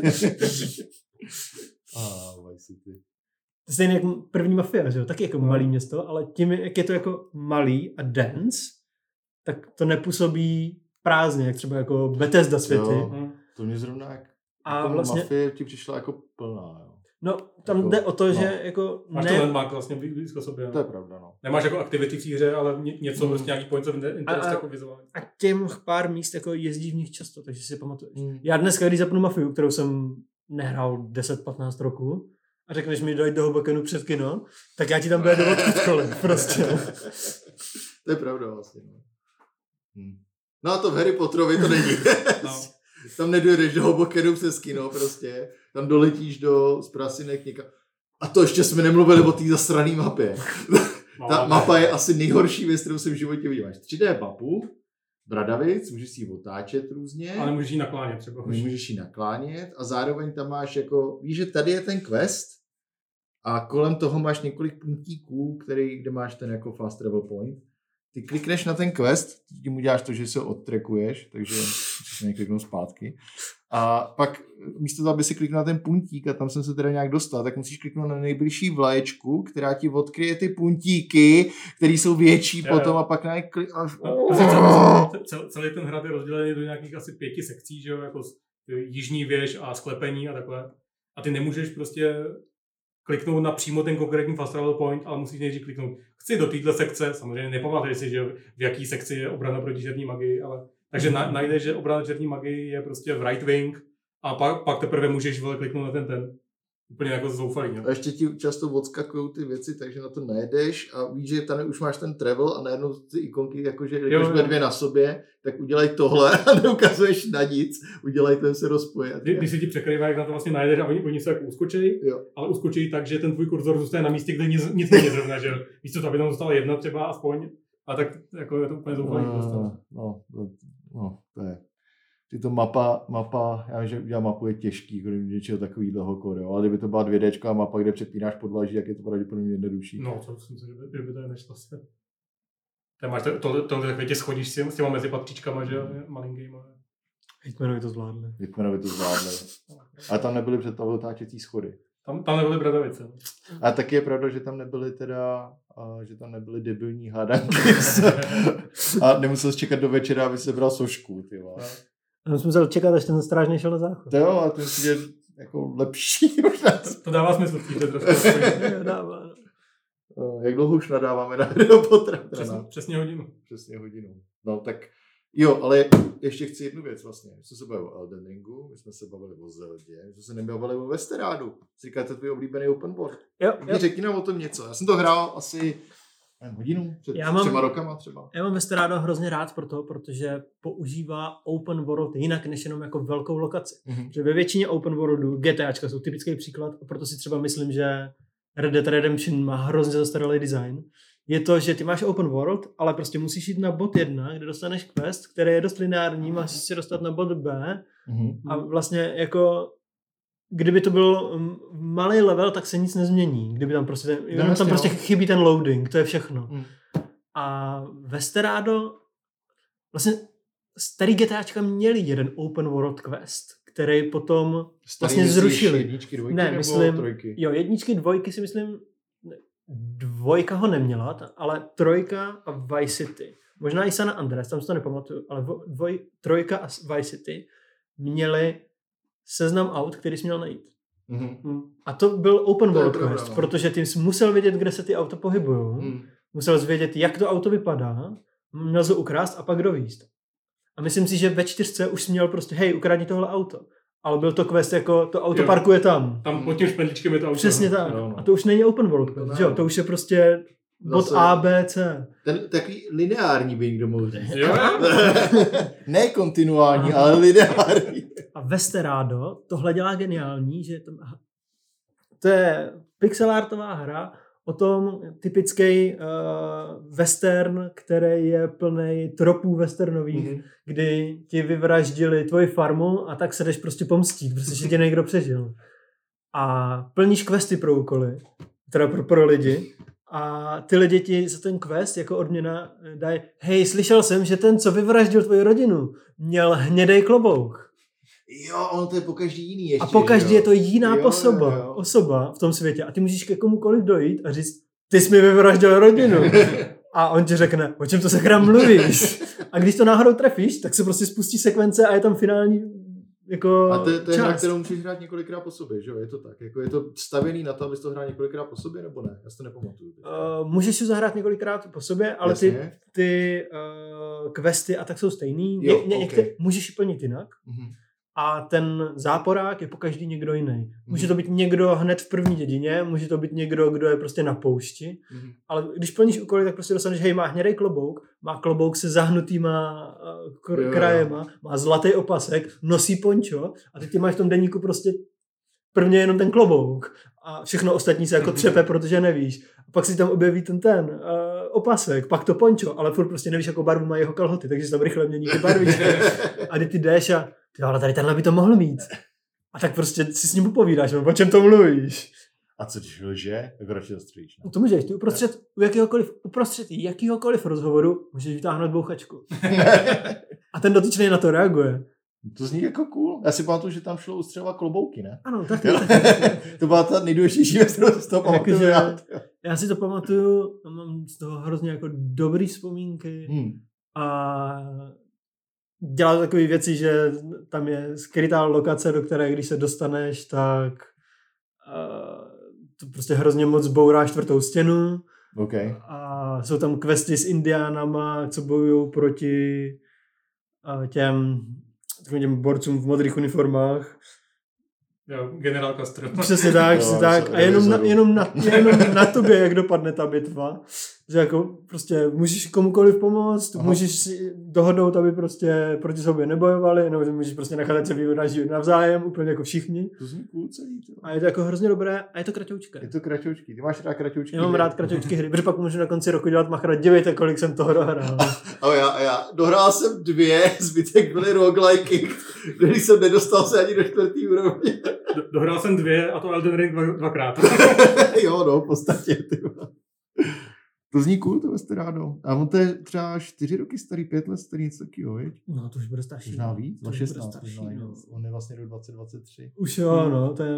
To stejně jako první Mafia, že jo? Taky jako malý město, ale tím, jak je to jako malý a dense, tak to nepůsobí prázdně, jak třeba jako Bethesda světy. To mě zrovna a jako vlastně Mafie ti přišla jako plná, jo. No, tam jako, jde o to, že jako... Máš to landmark vlastně blízko sobě. To je pravda, no. Nemáš jako aktivity v té hře, ale něco, prostě nějaký points of interest jako vizuálně. A těch pár míst jako jezdí v nich často, takže si pamatuješ. Já dneska, když zapnu Mafiu, kterou jsem nehrál 10-15 roků, a řekneš mi dojít do Hobokenu před kino, tak já ti tam dojedu odkudkoliv, prostě. To je pravda vlastně. No a to v Harry Potterovi to není. Tam nedojedeš do Hobokenu přes kino prostě. Tam doletíš z Prasinek někam. A to ještě jsme nemluvili o té zasrané mapě. Ta mapa je asi nejhorší věc, kterou jsem v životě viděl. Máš 3D mapu, Bradavic, můžeš si ji otáčet různě. Ale můžeš ji naklánět třeba. Můžeš ji naklánět a zároveň tam máš jako, víš, že tady je ten quest a kolem toho máš několik puntíků, kde máš ten jako fast travel point. Ty klikneš na ten quest, tím uděláš to, že se odtrekuješ, takže musíš někliknout zpátky. A pak místo toho, aby si kliknul na ten puntík a tam jsem se teda nějak dostal, tak musíš kliknout na nejbližší vlaječku, která ti odkryje ty puntíky, které jsou větší potom a pak na ně Celý ten hrad je rozdělený do nějakých asi 5 sekcí, že jo, jako jižní věž a sklepení a takhle. A ty nemůžeš prostě kliknout na přímo ten konkrétní fast travel point, ale musíš nejdřív kliknout. Chci do této sekce, samozřejmě nepamatuješ si, že v jaký sekci je obrana proti černé magii, ale takže najdeš, že obrana černé magii je prostě v right wing a pak teprve můžeš kliknout na ten. Úplně jako zoufalý. No. A ještě ti často odskakují ty věci, takže na to nejedeš a víš, že tam už máš ten travel a najednou ty ikonky, jakože když jsme 2 na sobě, tak udělej tohle a neukazuješ na nic, udělej ten se rozpoje. Když si ti překrývá, jak na to vlastně najedeš a oni se jako uskočí, ale uskočí tak, že ten tvůj kurzor zůstane na místě, kde nic není zrovna, že víš co, aby tam zůstala 1 třeba aspoň, a tak jako je to úplně zoufalý. No, to je. Tyto mapa, já vím, že udělat mapu je těžký, když něčeho takového kódu, ale kdyby to byla 2D mapa, kde přepínáš podlaží, jak je to pravděpodobně jednodušší. No, to si myslím, že by to je nešlo se. Tam máš takové tě schodíš s těma mezi patříčkama, že malinkýma. Hitmanovi to zvládli. Ale tam nebyly předtavotáčecí schody. Tam nebyly bradavice. A taky je pravda, že tam nebyly debilní hádanky. A nemusel jsi čekat do večera, aby se bral sošku. A jsme musel čekat, až ten stráž nešel na záchod. To jo, a to je jako lepší. To dává smysl, to trošku. Dává. Jak dlouho už nadáváme na Potra? Přesně hodinu. No tak jo, ale ještě chci jednu věc vlastně. My jsme se bavili o Elden Ringu, my jsme se bavili o Zeldě, my jsme se nebavili o Westerádu. Říkáte tvůj oblíbený open world. Jo. Řekni nám o tom něco. Já jsem to hrál asi hodinu, před 3 rokama třeba. Já mám Westerádo hrozně rád protože používá open world jinak než jenom jako velkou lokaci. Mm-hmm. Že ve většině open worldů GTAčka jsou typický příklad a proto si třeba myslím, že Red Dead Redemption má hrozně zastaralý design. Je to, že ty máš open world, ale prostě musíš jít na bod 1, kde dostaneš quest, který je dost lineární, máš se dostat na bod B a vlastně jako kdyby to byl malý level, tak se nic nezmění. Kdyby tam prostě chybí ten loading, to je všechno. A Westerádo vlastně starý GTAčka měli jeden open world quest, který potom vlastně zrušili. Jedničky, dvojky, ne, nebo myslím, trojky? Jo, 1, 2 si myslím, 2 ho neměla, ale 3 a Vice City. Možná i San Andreas, tam si to nepamatuju, ale 3 a Vice City měli seznam aut, který jsi měl najít. Mm-hmm. A to byl open world quest, protože ty jsi musel vědět, kde se ty auto pohybují, musel jsi vědět, jak to auto vypadá, měl jsi ho ukrást a pak dovízt. A myslím si, že ve 4 už jsi měl prostě, hej, ukradni tohle auto. Ale byl to quest jako, to auto parkuje tam. Tam pod tím špendlíčkem je to auto. Přesně tak. A to už není open world quest, že jo? To už je prostě bod A, B, C. Ten takový lineární by někdo mohl říct. Ne kontinuální, ale lineární. A Westerádo tohle dělá geniální, že to je pixelartová hra o tom typický western, který je plný tropů westernových, kdy ti vyvraždili tvoji farmu a tak se jdeš prostě pomstít, protože tě někdo přežil. A plníš questy pro úkoly, teda pro lidi, a ty lidi ti za ten quest jako odměna dají, hej, slyšel jsem, že ten, co vyvraždil tvoji rodinu, měl hnědej klobouk. Jo, ono to je pokaždý jiný ještě. A pokaždý je to jiná osoba v tom světě. A ty můžeš ke komukoliv dojít a říct, ty jsi mi vyvraždil rodinu. A on ti řekne, o čem to sakra mluvíš? A když to náhodou trefíš, tak se prostě spustí sekvence a je tam finální jako a to je hra, kterou můžeš hrát několikrát po sobě, že jo? Je to tak? Jako je to stavěný na to, abys to hrál několikrát po sobě, nebo ne? Já si to nepamatuju. Můžeš si zahrát několikrát po sobě, ale ty questy a tak jsou stejný. Můžeš ji plnit jinak. A ten záporák je pokaždý někdo jiný. Může to být někdo hned v první dědině, může to být někdo, kdo je prostě na poušti, ale když plníš úkoly, tak prostě dostaneš, hej, má hnědej klobouk, má klobouk se zahnutýma krajema, má zlatý opasek, nosí pončo a ty máš v tom deníku prostě prvně jenom ten klobouk a všechno ostatní se jako třepe, protože nevíš. A pak si tam objeví ten opasek, pak to pončo, ale furt prostě nevíš, jakou barvu mají jeho kalhoty, takže si tam rychle mění ty barvičky. A ty jdeš a ale tady tenhle by to mohl mít. A tak prostě si s ním popovídáš, o čem to mluvíš. A co když lže, tak radši zastříš. No to můžeš, ty uprostřed jakýhokoliv rozhovoru můžeš vytáhnout bouchačku. A ten dotyčný na to reaguje. To zní jako cool. Já si pamatuju, že tam šlo ustřelovat klobouky, ne? Ano, tak. To byla ta nejdůležitější věc, kterou si to pamatuju. Já si to pamatuju, mám z toho hrozně jako dobrý vzpomínky a dělal takové věci, že tam je skrytá lokace, do které když se dostaneš, tak to prostě hrozně moc bourá čtvrtou stěnu. Okay. A jsou tam questy s indiánama, co bojují proti těm borcům v modrých uniformách. Jo, generál Castro. Přesně tak, tak. A jenom na tobě, jak dopadne ta bitva. Že jako prostě můžeš komukoliv pomoct, můžeš si dohodnout, aby prostě proti sobě nebojovali, nebo můžeš prostě nechat, ať se vyvraždí navzájem, úplně jako všichni. To zní cool celý. To. A je to jako hrozně dobré a je to kratoučké. Je to kratoučky. Ty máš rád kratoučky? Já mám rád kratoučky hry, protože pak můžu na konci roku dělat machra. Dívejte, kolik jsem toho dohrál. A já dohrál jsem 2, zbytek byly roguelike, který jsem nedostal se ani do 4. úrovně. Dohrál jsem 2 a to Elden Ring 2krát. Jo, no, v podstatě. To zní cool, to Westerado. A on to je třeba 4 roky starý, 5 let starý, něco takového, viď? No, to už bude starší. Možná víc, 16. No. On je vlastně do 2023. Už jo, no, to je...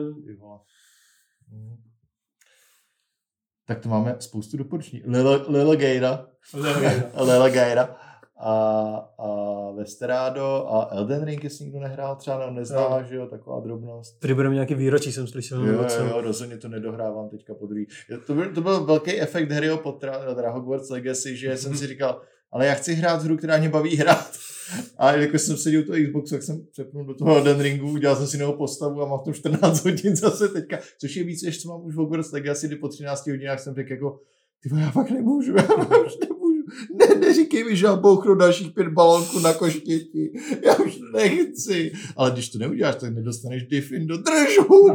Tak to máme spoustu doporučení. Lila Gaira a Westerado a Elden Ring, jestli nikdo nehrál, třeba nezná, že jo, taková drobnost. Tady budeme nějaký výročí, jsem slyšel. Jo, rozhodně to nedohrávám teďka po druhý. To byl velký efekt Harryho Pottera, Hogwarts Legacy, že jsem si říkal, ale já chci hrát hru, která mě baví hrát. A jakož jsem seděl u toho Xboxu, tak jsem přepnul do toho Elden Ringu, udělal jsem si novou postavu a mám tu 14 hodin zase teďka, což je víc, než co mám už v Hogwarts Legacy, kdy po 13 hodinách jsem řekl jako, já fakt nemůžu. Neříkej mi, že já bouchnu dalších 5 balónků na koštěti. Já už nechci. Ale když to neuděláš, tak nedostaneš Diffin do držu.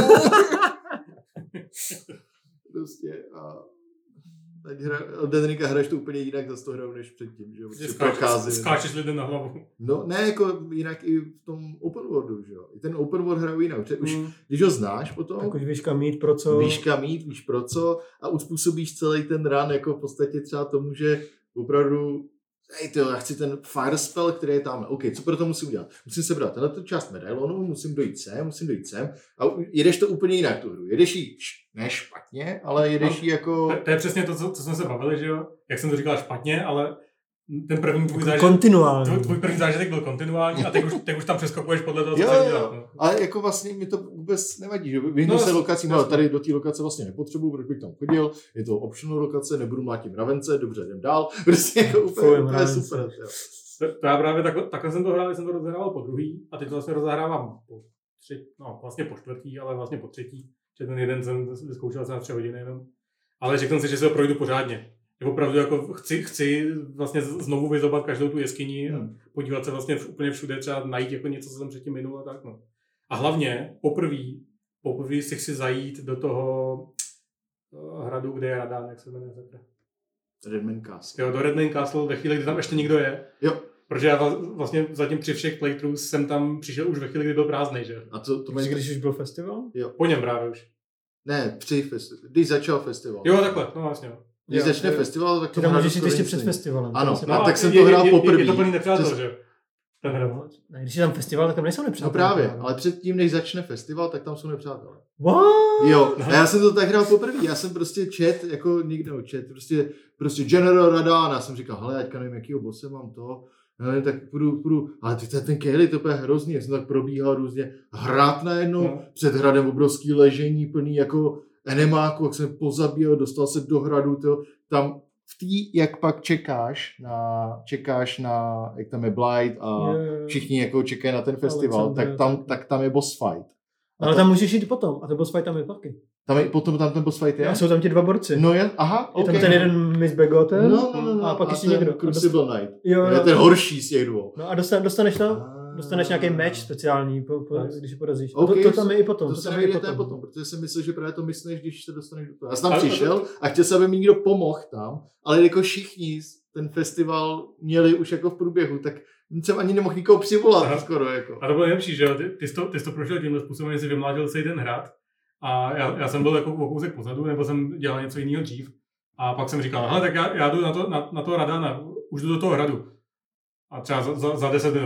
Prostě Elden Ringa hraješ to úplně jinak za to hraju než předtím, že jo? Skáčeš lidem na hlavu. No ne, jako jinak i v tom open worldu, že jo? I ten open world hraju jinak. Už, když ho znáš potom, tak už víš kam jít, pro co. Víš pro co a uspůsobíš celý ten run jako v podstatě třeba tomu, že opravdu já chci ten fire spell, který je tam. OK, co pro to musím udělat? Musím sebrat tenhle část medailonu, musím dojít sem a jedeš to úplně jinak tu hru. Jedeš jí ne špatně, ale jedeš jí jako... To je přesně to, co jsme se bavili, že jo? Jak jsem to říkal špatně, ale ten první tvůj zážitek byl kontinuální a teď už tam přeskakuješ podle toho, co chceš dělat. No. Ale jako vlastně mi to vůbec nevadí, že vyhnu se lokacím, ale tady do té lokace vlastně nepotřebuju, protože bych tam chodil, je to optional lokace, nebudu mlátit mravence, dobře, jdem dál, prostě jako úplně super. To já právě takhle jsem to hrál, jsem to rozehrával po druhý a teď to vlastně rozehrávám vlastně po čtvrtý, ale vlastně po třetí, že ten jeden jsem vyzkoušel asi na 3 hodiny jenom. Ale řekl jsem si, že se ho projdu pořádně. Opravdu jako chci vlastně znovu vyzobat každou tu jeskyni a podívat se vlastně úplně všude, třeba najít jako něco, co jsem předtím minul a tak. No. A hlavně poprvé si chci zajít do toho hradu, kde je Radán, jak se jmenuje. Redman Castle. Jo, do Redman Castle ve chvíli, kdy tam ještě někdo je. Jo. Protože já vlastně zatím při všech playthroughs jsem tam přišel už ve chvíli, kdy byl prázdnej, že? A to když už byl festival? Jo. Po něm právě už. Ne, když začal festival. Jo, takhle, no vlastně. Když začne festival, tak to tam můžeš jít ještě před festivalem. Ano, tak jsem to hrál poprvé. Je to plný nepřátel, že? Ten hrál. Když je tam festival, tak tam nejsou nepřátelé. No právě, ale předtím, než začne festival, tak tam jsou nepřátelé. What? Jo, a já jsem to tak hrál poprvé. Já jsem prostě prostě General Radán. Já jsem říkal, hele, teďka nevím, jakýho bosse mám to. No, tak půjdu, ale ten Kelly, to je hrozný, já jsem tak probíhal různě hrát najednou, před hradem obrovský ležení, plný jako enemáku, jak jsem pozabíjel, dostal se do hradu, tam v té, jak pak čekáš na, jak tam je Blight a všichni jako čekají na ten festival, tak tam je boss fight. Ale tam můžeš jít potom a ten boss fight tam je taky. Tam ten boss fight je? A jsou tam ti 2 borci. No je, aha, okay. Je tam ten jeden Miss Begotten a pak ještě někdo. Crucible Knight. Jo, je ten horší z těch 2. No a dostaneš nějaký meč speciální, když je porazíš. Okay, to tam je i potom. To tam je potom, protože jsem myslel, že právě to myslíš, když se dostaneš do toho. Já jsem tam přišel a chtěl jsem, aby mi někdo pomohl tam, ale jako všichni ten festival měli už jako v průběhu, tak jsem ani nemohl nikoho přivolat skoro. Jako. A to bylo nejlepší, že jo? Ty jsi to prošel tímhle způsobem, že jsi vymlátil celý ten hrad. A já jsem byl jako o kousek pozadu, nebo jsem dělal něco jiného dřív. A pak jsem říkal, hele, tak já jdu na to Radana, už jdu do toho hradu. A třeba za 10 minut.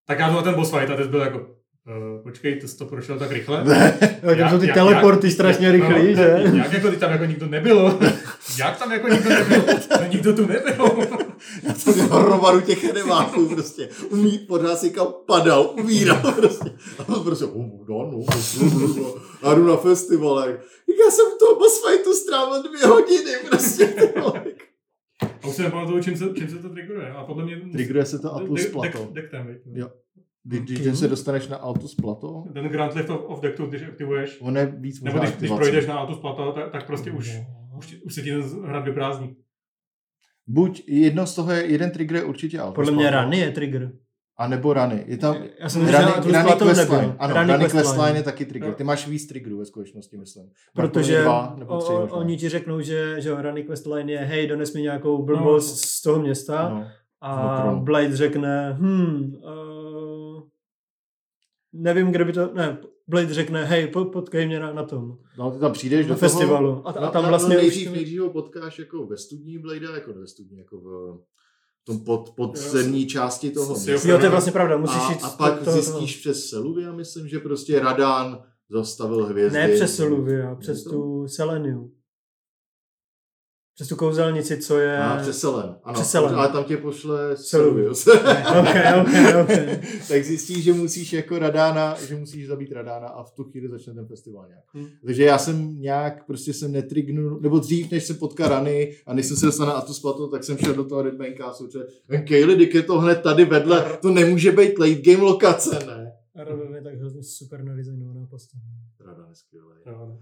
Tak já to na ten boss fight a teď byl jako, počkej, to prošel tak rychle. Tak jsou ty teleporty strašně rychlý, že? Jak jako tam jako nikdo nebylo? Jak tam jako nikdo nebyl? Nikdo tu nebyl. Já to měl hromadu těch edemáků prostě. Pořád si kam padal, umíral prostě. A on prostě, a jdu na festival. Já jsem toho boss fightu strávil 2 hodiny prostě. A už se nepamatuju, čím se to triggeruje. A podle mě... Triggeruje se to Atlus Plateau. Dektem, jo. Když se dostaneš na Altus Plateau. Ten Grand Lift of Dectu, když aktivuješ. On je víc nebo když projdeš na Altus Plateau, tak prostě už se ti ten hrad vyprázdní. Buď jedno z toho je, jeden trigger je určitě Altus Podle mě Rany je trigger. A nebo Rany. Je tam já jsem Rany questline. Ano, Rany questline je taky trigger. Ty máš víc triggerů ve skutečnosti, myslím. Protože 2 nebo 3 oni ti řeknou, že Rany questline je hej, dones mi nějakou blbost z toho města. No. A Blade řekne, nevím, kde by to, ne, Blade řekne, hej, potkej mě na tom. No, ty tam přijdeš do festivalu. Toho, a tam vlastně nejdřív ho potkáš jako ve studní Bladea, jako ve studní, jako v tom podzemní části toho města. Jo, to je vlastně pravda, musíš jít. A pak zjistíš přes Seluvia, myslím, že prostě Radán zastavil hvězdy. Ne přes Seluvia, přes tu Seleniu. Přes tu kouzelnici, co je... přes Selen. Ano, přes Selen. Ale tam tě pošle Seluvius. Okay. Tak zjistíš, že musíš jako Radána, že musíš zabít Radána a v tu chvíli začne ten festival nějak. Takže já jsem nějak, prostě jsem netrignul, nebo dřív, než jsem potkal Rany a než jsem se dostal na Atlus Plateau, tak jsem šel do toho Red Bank Castle, Kaylee, Dick je to hned tady vedle, to nemůže být late game lokace, ne? A Radán je tak hrozně super nadizajnovaná postava. Radán je skvělý.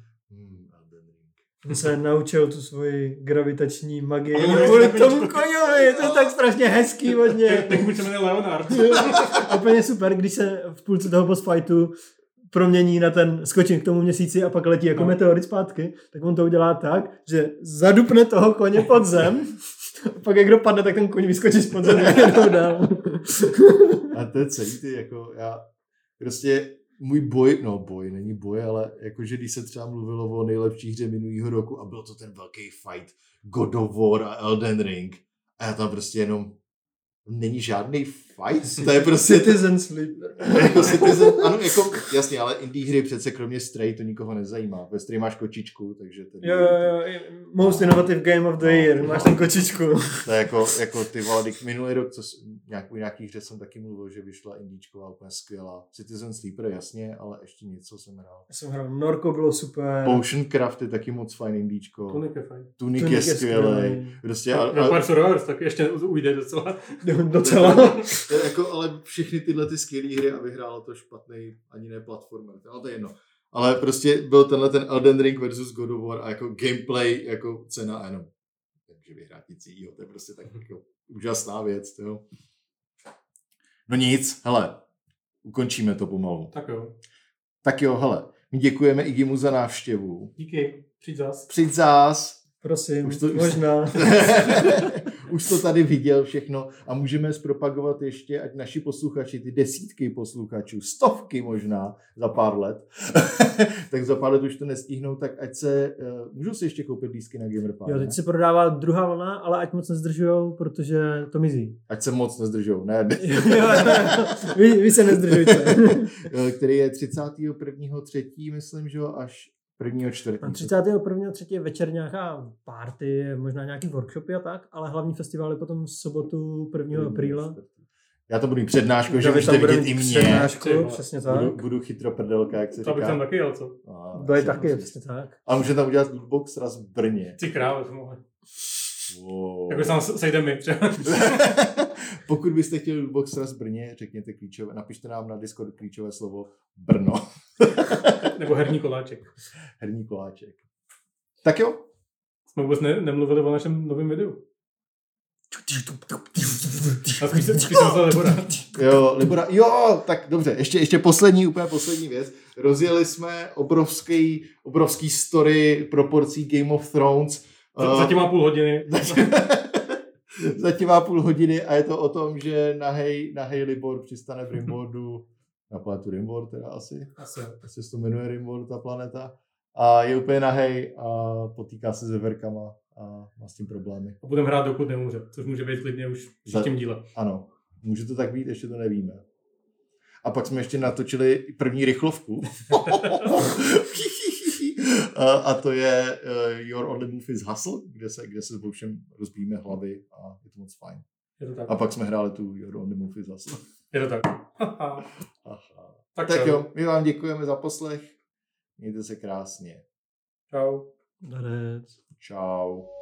On se naučil tu svoji gravitační magii kvůli tomu koňovi, to je tak strašně hezký od něj. Tak mu se jmenuje Leonard. A úplně super, když se v půlce toho boss fightu promění na ten skočím k tomu měsíci a pak letí jako meteorit zpátky, tak on to udělá tak, že zadupne toho koně pod zem, a pak jak dopadne, tak ten koň vyskočí z pod zem a jednou dál. A to je celý ty, jako já prostě můj boj, není boj, ale jakože když se třeba mluvilo o nejlepší hře minulýho roku a byl to ten velký fight God of War a Elden Ring a já tam prostě jenom není žádný fight, to je prostě Citizen Sleeper. Jako Citizen, ano, jako jasně, ale indie hry přece kromě Stray to nikoho nezajímá. Ve Stray máš kočičku, takže to jo, most innovative game of the year, máš tam kočičku. To je jako ty vole, minulý rok, co nějaký hře jsem taky mluvil, že vyšla indíčková, úplně skvělá. Citizen Sleeper, jasně, ale ještě něco jsem hrál. Já jsem hrál Norco, bylo super. Potion Craft je taky moc fajn indíčko. Tunic je fajn. Tunic je skvělý. Prostě Vampire Survivors tak ještě ujde docela. Jako, ale všechny tyhle ty skvělé hry a vyhrálo to špatný ani ne platformer, ale to je jedno. Ale prostě byl ten Elden Ring versus God of War a jako gameplay, jako cena a jenom takže vyhrát nic jiného, to je prostě tak jako úžasná věc, jo. No nic, hele, ukončíme to pomalu. Tak jo, hele, my děkujeme Igimu za návštěvu. Díky, přijď zás. Prosím, možná. Už to tady viděl všechno a můžeme zpropagovat ještě, ať naši posluchači, ty desítky posluchačů, stovky možná za pár let, tak za pár let už to nestihnou, tak ať se, můžou si ještě koupit lístky na Gamerpad. Jo, teď se prodává druhá vlna, ale ať moc nezdržujou, protože to mizí. Ať se moc nezdržujou, ne. Vy se nezdržujte. Který je 31.3. myslím, že až 1.4. 31.3. večer nějaká party, možná nějaký workshopy a tak, ale hlavní festival je potom v sobotu 1. apríla. Já to budu mít přednášku, že můžete vidět i mě. Přednášku, přesně tak. Budu chytro prdelka, jak se říká. To bych tam taky jel, co? Bude taky, přesně tak. A můžeme tam udělat lootbox raz v Brně. Ty krávo, to mohli. Jako se sejdeme my třeba. Pokud byste chtěli lootbox raz v Brně, řekněte klíčové, napište nám na Discord klíčové slovo Brno. Nebo herní koláček. Herní koláček. Tak jo. Jsme vůbec nemluvili o našem novém videu. A spíš jsem Libora. Jo, Libora. Jo, tak dobře. Ještě úplně poslední věc. Rozjeli jsme obrovský story proporcí Game of Thrones. Zatím má půl hodiny. Zatím má půl hodiny a je to o tom, že nahej Libor přistane v Rimworldu. Na planetu Rimworld teda asi. Asi se to jmenuje Rimworld, ta planeta. A je úplně nahej a potýká se s veverkama a má s tím problémy. A budeme hrát dokud nemůže, což může být klidně už v příštím díle. Ano, může to tak být, ještě to nevíme. A pak jsme ještě natočili první rychlovku. A to je Your Only Move is Hustle, kde se s všem rozbíjíme hlavy a je to moc fajn. Je to tak. A pak jsme hráli tu Your Only Move is Hustle. Je to tak. Tak jo, my vám děkujeme za poslech. Mějte se krásně. Čau. Darec. Čau.